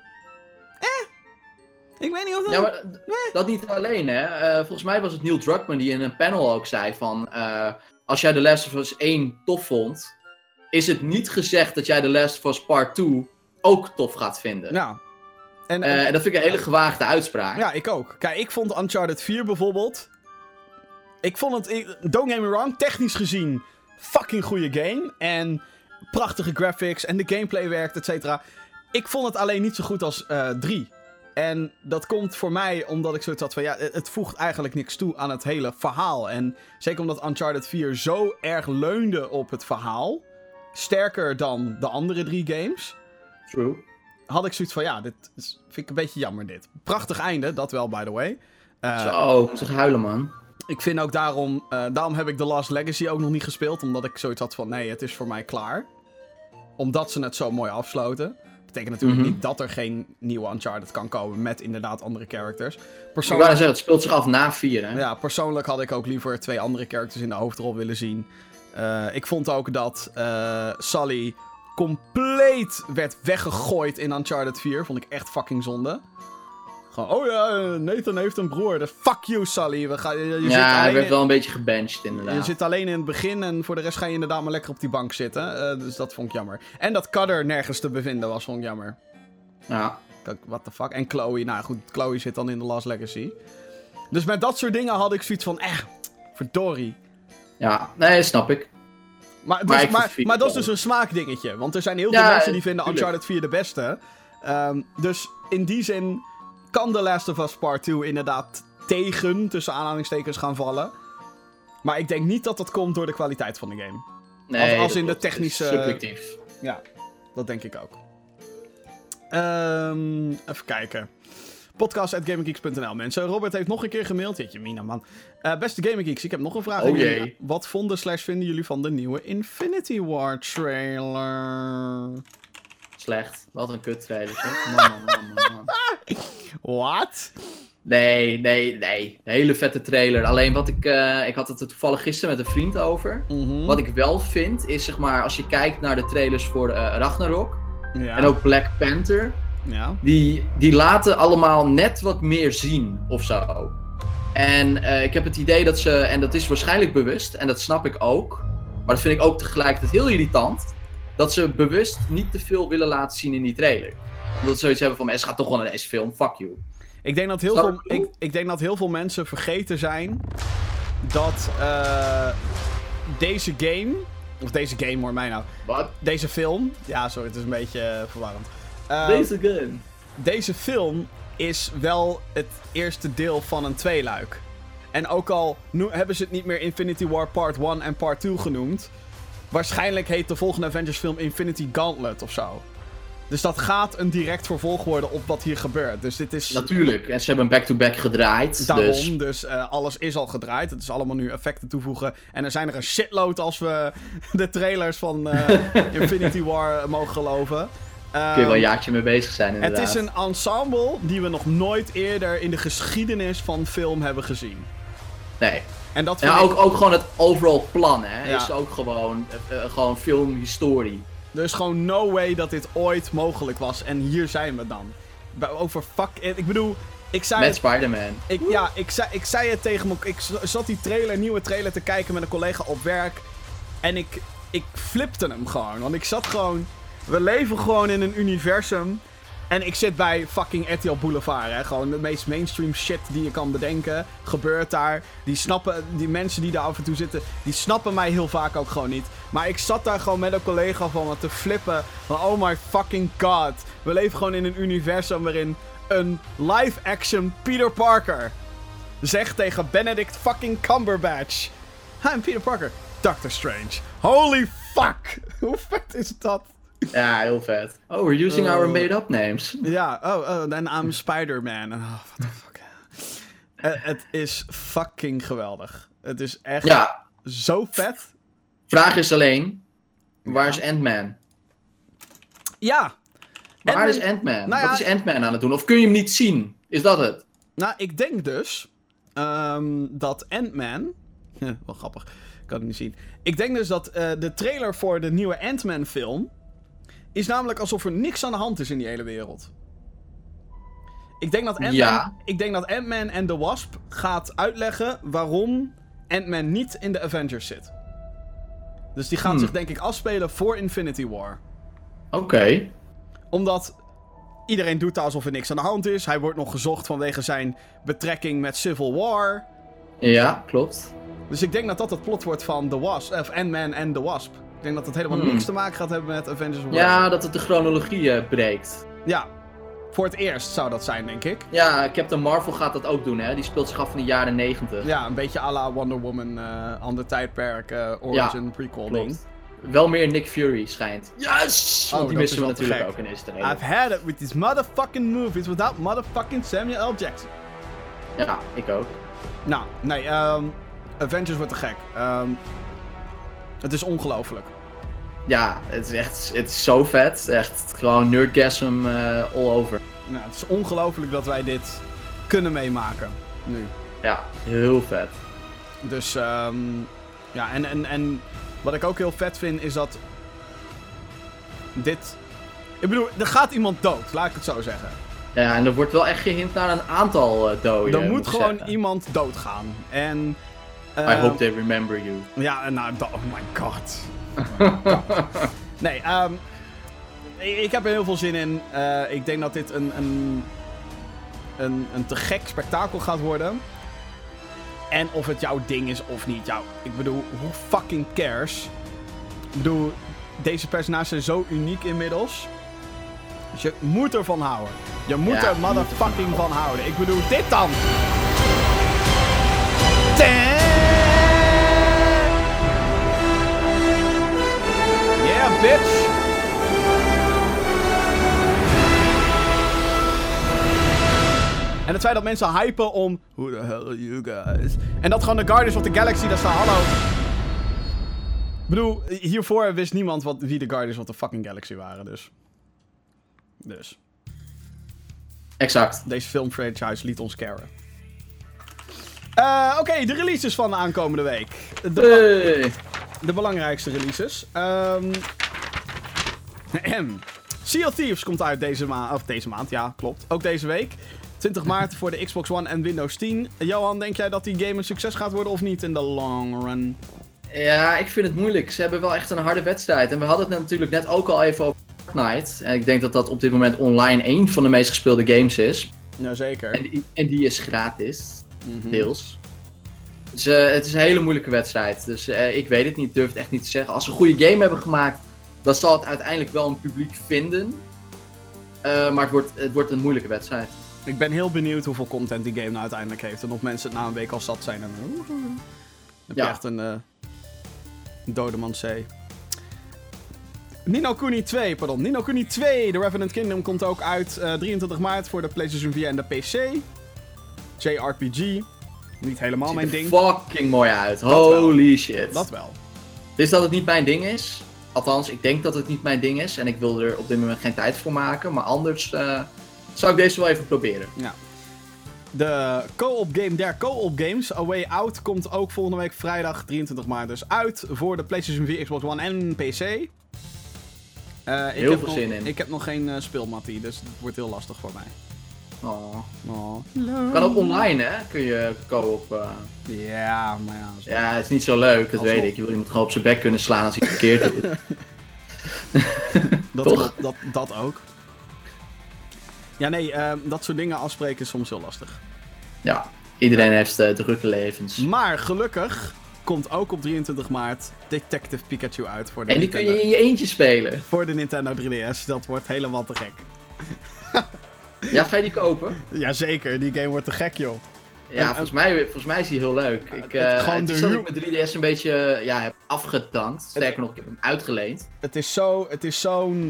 Ik weet niet of dat... Ja, maar dat niet alleen, hè. Volgens mij was het Neil Druckmann die in een panel ook zei van... als jij The Last of Us 1 tof vond... is het niet gezegd dat jij The Last of Us Part 2 ook tof gaat vinden. Ja. En dat vind ik een hele gewaagde uitspraak. Ja, ik ook. Kijk, ik vond Uncharted 4 bijvoorbeeld... Ik vond het... Don't get me wrong, technisch gezien... fucking goede game. En prachtige graphics en de gameplay werkt, et cetera. Ik vond het alleen niet zo goed als 3. En dat komt voor mij omdat ik zoiets had van... het voegt eigenlijk niks toe aan het hele verhaal. En zeker omdat Uncharted 4 zo erg leunde op het verhaal... sterker dan de andere 3 games... True. Had ik zoiets van, dit vind ik een beetje jammer dit. Prachtig einde, dat wel, by the way. Zo, ik moet zeggen huilen, man. Ik vind ook daarom heb ik The Last Legacy ook nog niet gespeeld. Omdat ik zoiets had van, nee, het is voor mij klaar. Omdat ze het zo mooi afsloten. Betekent natuurlijk niet dat er geen nieuwe Uncharted kan komen met inderdaad andere characters. Ik wou zeggen, het speelt zich af na 4, hè? Ja, persoonlijk had ik ook liever 2 andere characters in de hoofdrol willen zien. Ik vond ook dat Sully compleet werd weggegooid in Uncharted 4. Vond ik echt fucking zonde. Gewoon, Nathan heeft een broer. Dus fuck you, Sully. Hij werd wel een beetje gebenched, inderdaad. Je zit alleen in het begin en voor de rest ga je inderdaad maar lekker op die bank zitten. Dus dat vond ik jammer. En dat Cutter nergens te bevinden was, vond ik jammer. Ja. What the fuck? En Chloe, nou goed, Chloe zit dan in The Last Legacy. Dus met dat soort dingen had ik zoiets van, verdorie. Ja, nee, snap ik. Maar dat is dus een smaakdingetje. Want er zijn heel veel mensen die vinden Uncharted 4 de beste. Dus in die zin kan The Last of Us Part 2 inderdaad tegen, tussen aanhalingstekens, gaan vallen. Maar ik denk niet dat dat komt door de kwaliteit van de game. Nee, als in de technische... subjectief. Ja, dat denk ik ook. Even kijken. Podcast@GamingGeeks.nl, mensen. Robert heeft nog een keer gemaild. Jeetje, Mina, man. Beste Gaming Geeks, ik heb nog een vraag. Oh jee. Wat vinden jullie van de nieuwe Infinity War trailer? Slecht. Wat een kut trailer. Man. Wat? Nee. Hele vette trailer. Alleen wat ik had het er toevallig gisteren met een vriend over. Mm-hmm. Wat ik wel vind, is zeg maar, als je kijkt naar de trailers voor Ragnarok. Ja. En ook Black Panther. Ja. Die laten allemaal net wat meer zien, of zo. En ik heb het idee dat ze, en dat is waarschijnlijk bewust, en dat snap ik ook. Maar dat vind ik ook tegelijkertijd heel irritant. Dat ze bewust niet te veel willen laten zien in die trailer. Omdat ze zoiets hebben van, ze gaat toch wel naar deze film, fuck you. Ik denk dat heel veel mensen vergeten zijn dat deze game... Of deze game, hoor mij nou. Wat? Deze film... Ja, sorry, het is een beetje verwarrend. Deze game. Deze film is wel het eerste deel van een tweeluik. En ook al hebben ze het niet meer Infinity War Part 1 en Part 2 genoemd... Waarschijnlijk heet de volgende Avengers film Infinity Gauntlet of zo. Dus dat gaat een direct vervolg worden op wat hier gebeurt. Dus dit is... Natuurlijk, en ze hebben een back-to-back gedraaid. Daarom, dus alles is al gedraaid. Het is allemaal nu effecten toevoegen. En er zijn er een shitload als we de trailers van Infinity War mogen geloven. Kun je wel een jaartje mee bezig zijn, inderdaad. Het is een ensemble die we nog nooit eerder in de geschiedenis van film hebben gezien. Nee. En dat ook gewoon het overall plan, hè. Ja. Is ook gewoon filmhistorie. Er is gewoon no way dat dit ooit mogelijk was. En hier zijn we dan. Over fuck it. Ik bedoel, ik zei... Met Spider-Man. Ik zei het tegen me. Ik zat die nieuwe trailer te kijken met een collega op werk. En ik flipte hem gewoon. Want ik zat gewoon... We leven gewoon in een universum. En ik zit bij fucking RTL Boulevard, hè. Gewoon de meest mainstream shit die je kan bedenken. Gebeurt daar. Die mensen die daar af en toe zitten, die snappen mij heel vaak ook gewoon niet. Maar ik zat daar gewoon met een collega van me te flippen. Van oh my fucking god. We leven gewoon in een universum waarin een live-action Peter Parker zegt tegen Benedict fucking Cumberbatch: I'm Peter Parker. Doctor Strange. Holy fuck. Hoe vet is dat? Ja, heel vet. Oh, we're using our made-up names. Ja, en I'm Spider-Man. Oh, what the fuck. Het is fucking geweldig. Het is echt zo vet. Vraag is alleen, waar is Ant-Man? Ja. Waar is Ant-Man? Nou, wat is Ant-Man aan het doen? Of kun je hem niet zien? Is dat het? Nou, ik denk dus dat Ant-Man... wel grappig. Ik kan het niet zien. Ik denk dus dat de trailer voor de nieuwe Ant-Man film... is namelijk alsof er niks aan de hand is in die hele wereld. Ik denk dat Ant-Man en The Wasp gaat uitleggen waarom Ant-Man niet in de Avengers zit. Dus die gaat zich denk ik afspelen voor Infinity War. Oké. Omdat iedereen doet alsof er niks aan de hand is. Hij wordt nog gezocht vanwege zijn betrekking met Civil War. Ja, klopt. Dus ik denk dat dat het plot wordt van The Wasp, of Ant-Man en The Wasp. Ik denk dat het helemaal niks te maken gaat hebben met Avengers War. Ja, dat het de chronologie breekt. Ja, voor het eerst zou dat zijn, denk ik. Ja, Captain Marvel gaat dat ook doen, hè. Die speelt zich af van de jaren 90. Ja, een beetje à la Wonder Woman, ander tijdperk, origin, prequel ding. Wel meer Nick Fury schijnt. Yes! Want die missen we natuurlijk ook in deze trailer. I've had it with these motherfucking movies without motherfucking Samuel L. Jackson. Ja, ik ook. Nou, nee, Avengers wordt te gek. Het is ongelooflijk. Ja, het is zo vet. Echt gewoon nerdgasm all over. Nou, het is ongelooflijk dat wij dit kunnen meemaken. Nu. Ja, heel vet. Dus, ja, en wat ik ook heel vet vind is dat dit... Ik bedoel, er gaat iemand dood, laat ik het zo zeggen. Ja, en er wordt wel echt gehint naar een aantal doden. Er moet gewoon iemand doodgaan. En... I hope they remember you. Ja, nou, oh my god. Nee, ik heb er heel veel zin in. Ik denk dat dit een te gek spektakel gaat worden. En of het jouw ding is of niet. Ik bedoel, who fucking cares? Ik bedoel, deze personages zijn zo uniek inmiddels. Dus je moet ervan houden. Je moet er motherfucking van houden. Ik bedoel, dit dan! Yeah, bitch! En het feit dat mensen hypen om... Who the hell are you guys? En dat gewoon de Guardians of the Galaxy daar staan. Hallo. Ik bedoel, hiervoor wist niemand wie de Guardians of the fucking Galaxy waren, dus. Exact. Deze filmfranchise liet ons caren. Oké, de releases van de aankomende week. De belangrijkste releases. Sea of Thieves komt uit deze maand, ja, klopt. Ook deze week. 20 maart voor de Xbox One en Windows 10. Johan, denk jij dat die game een succes gaat worden of niet in de long run? Ja, ik vind het moeilijk. Ze hebben wel echt een harde wedstrijd. En we hadden het natuurlijk net ook al even over Fortnite. En ik denk dat dat op dit moment online één van de meest gespeelde games is. Jazeker. En die is gratis. Deels. Dus het is een hele moeilijke wedstrijd. Dus ik weet het niet, durf het echt niet te zeggen. Als ze een goede game hebben gemaakt, dan zal het uiteindelijk wel een publiek vinden. Maar het wordt een moeilijke wedstrijd. Ik ben heel benieuwd hoeveel content die game nou uiteindelijk heeft. En of mensen het na een week al zat zijn. En dan heb je echt een dodemans zee. Ni no Kuni 2, The Revenant Kingdom komt ook uit 23 maart voor de PlayStation 4 en de PC. JRPG. Niet helemaal mijn ding. Ziet er fucking mooi uit. Holy shit. Dat wel. Dus dat het niet mijn ding is. Althans, ik denk dat het niet mijn ding is. En ik wil er op dit moment geen tijd voor maken. Maar anders zou ik deze wel even proberen. Ja. De co-op game der co-op games, A Way Out, komt ook volgende week vrijdag 23 maart dus uit voor de PlayStation 4, Xbox One en PC. Heel veel zin in. Ik heb nog geen speelmattie, dus het wordt heel lastig voor mij. Kan ook online, hè? Kun je co-op... Ja, maar ja... Ja, het is niet zo leuk, dat weet ik. Je wil iemand gewoon op zijn bek kunnen slaan als hij het verkeerd doet. Toch? Dat ook. Ja, nee, dat soort dingen afspreken is soms heel lastig. Ja, iedereen heeft drukke levens. Maar gelukkig komt ook op 23 maart Detective Pikachu uit voor de En die kun je in je eentje spelen. Voor de Nintendo 3DS. Dat wordt helemaal te gek. Ja, ga je die kopen? Jazeker, die game wordt te gek, joh. Ja, volgens mij is die heel leuk. Het is dat ik mijn 3DS een beetje heb afgedankt. Sterker nog, ik heb hem uitgeleend. Het is zo'n...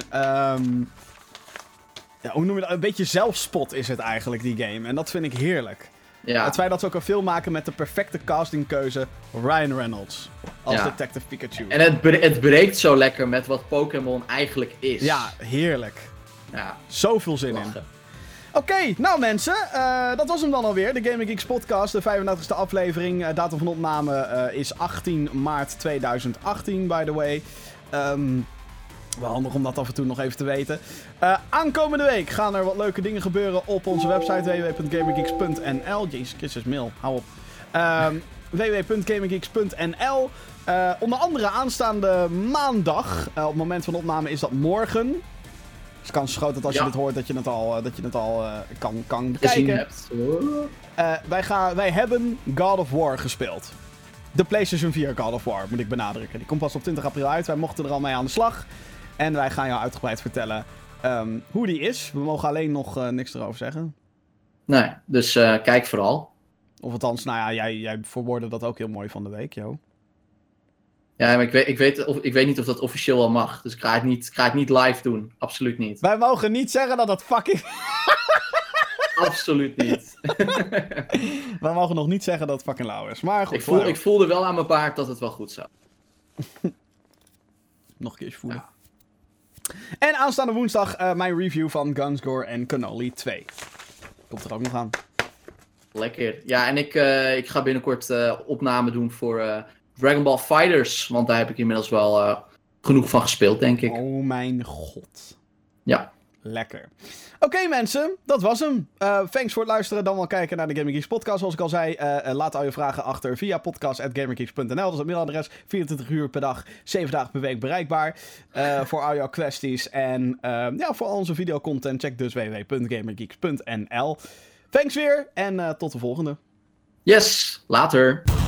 hoe noem je dat? Een beetje zelfspot is het eigenlijk, die game. En dat vind ik heerlijk. Ja. Het feit dat ze ook een film maken met de perfecte castingkeuze Ryan Reynolds als Detective Pikachu. En het breekt zo lekker met wat Pokémon eigenlijk is. Ja, heerlijk. Ja. Zoveel zin in. Oké, nou mensen, dat was hem dan alweer. De Gaming Geeks podcast, de 35e aflevering. Datum van opname is 18 maart 2018, by the way. Wel handig om dat af en toe nog even te weten. Aankomende week gaan er wat leuke dingen gebeuren op onze website www.gaminggeeks.nl. Jezus Christus, mail, hou op. www.gaminggeeks.nl. Onder andere aanstaande maandag, op het moment van opname is dat morgen. Dus de kans is groot dat als je dit hoort dat je het al kan bekijken. Wij hebben God of War gespeeld. De PlayStation 4 God of War, moet ik benadrukken. Die komt pas op 20 april uit. Wij mochten er al mee aan de slag. En wij gaan jou uitgebreid vertellen hoe die is. We mogen alleen nog niks erover zeggen. Nee, dus kijk vooral. Of althans, nou ja, jij verwoordde dat ook heel mooi van de week, joh. Ja, maar ik weet niet of dat officieel al mag. Dus ik ga het niet live doen. Absoluut niet. Wij mogen niet zeggen dat dat fucking... Absoluut niet. Wij mogen nog niet zeggen dat het fucking lauw is. Maar goed, ik voelde wel aan mijn paard dat het wel goed zou. Nog een keertje voelen. Ja. En aanstaande woensdag mijn review van Guns, Gore en Cannoli 2. Komt er ook nog aan. Lekker. Ja, en ik ga binnenkort opname doen voor Dragon Ball FighterZ. Want daar heb ik inmiddels wel genoeg van gespeeld, denk ik. Oh mijn god. Ja. Lekker. Oké, mensen, dat was hem. Thanks voor het luisteren. Dan wel kijken naar de Gaming Geeks podcast. Zoals ik al zei, laat al je vragen achter via podcast@gaminggeeks.nl. Dat is het mailadres. 24 uur per dag, 7 dagen per week bereikbaar. Voor al jouw kwesties. En voor al onze videocontent, check dus www.gaminggeeks.nl. Thanks weer en tot de volgende. Yes, later.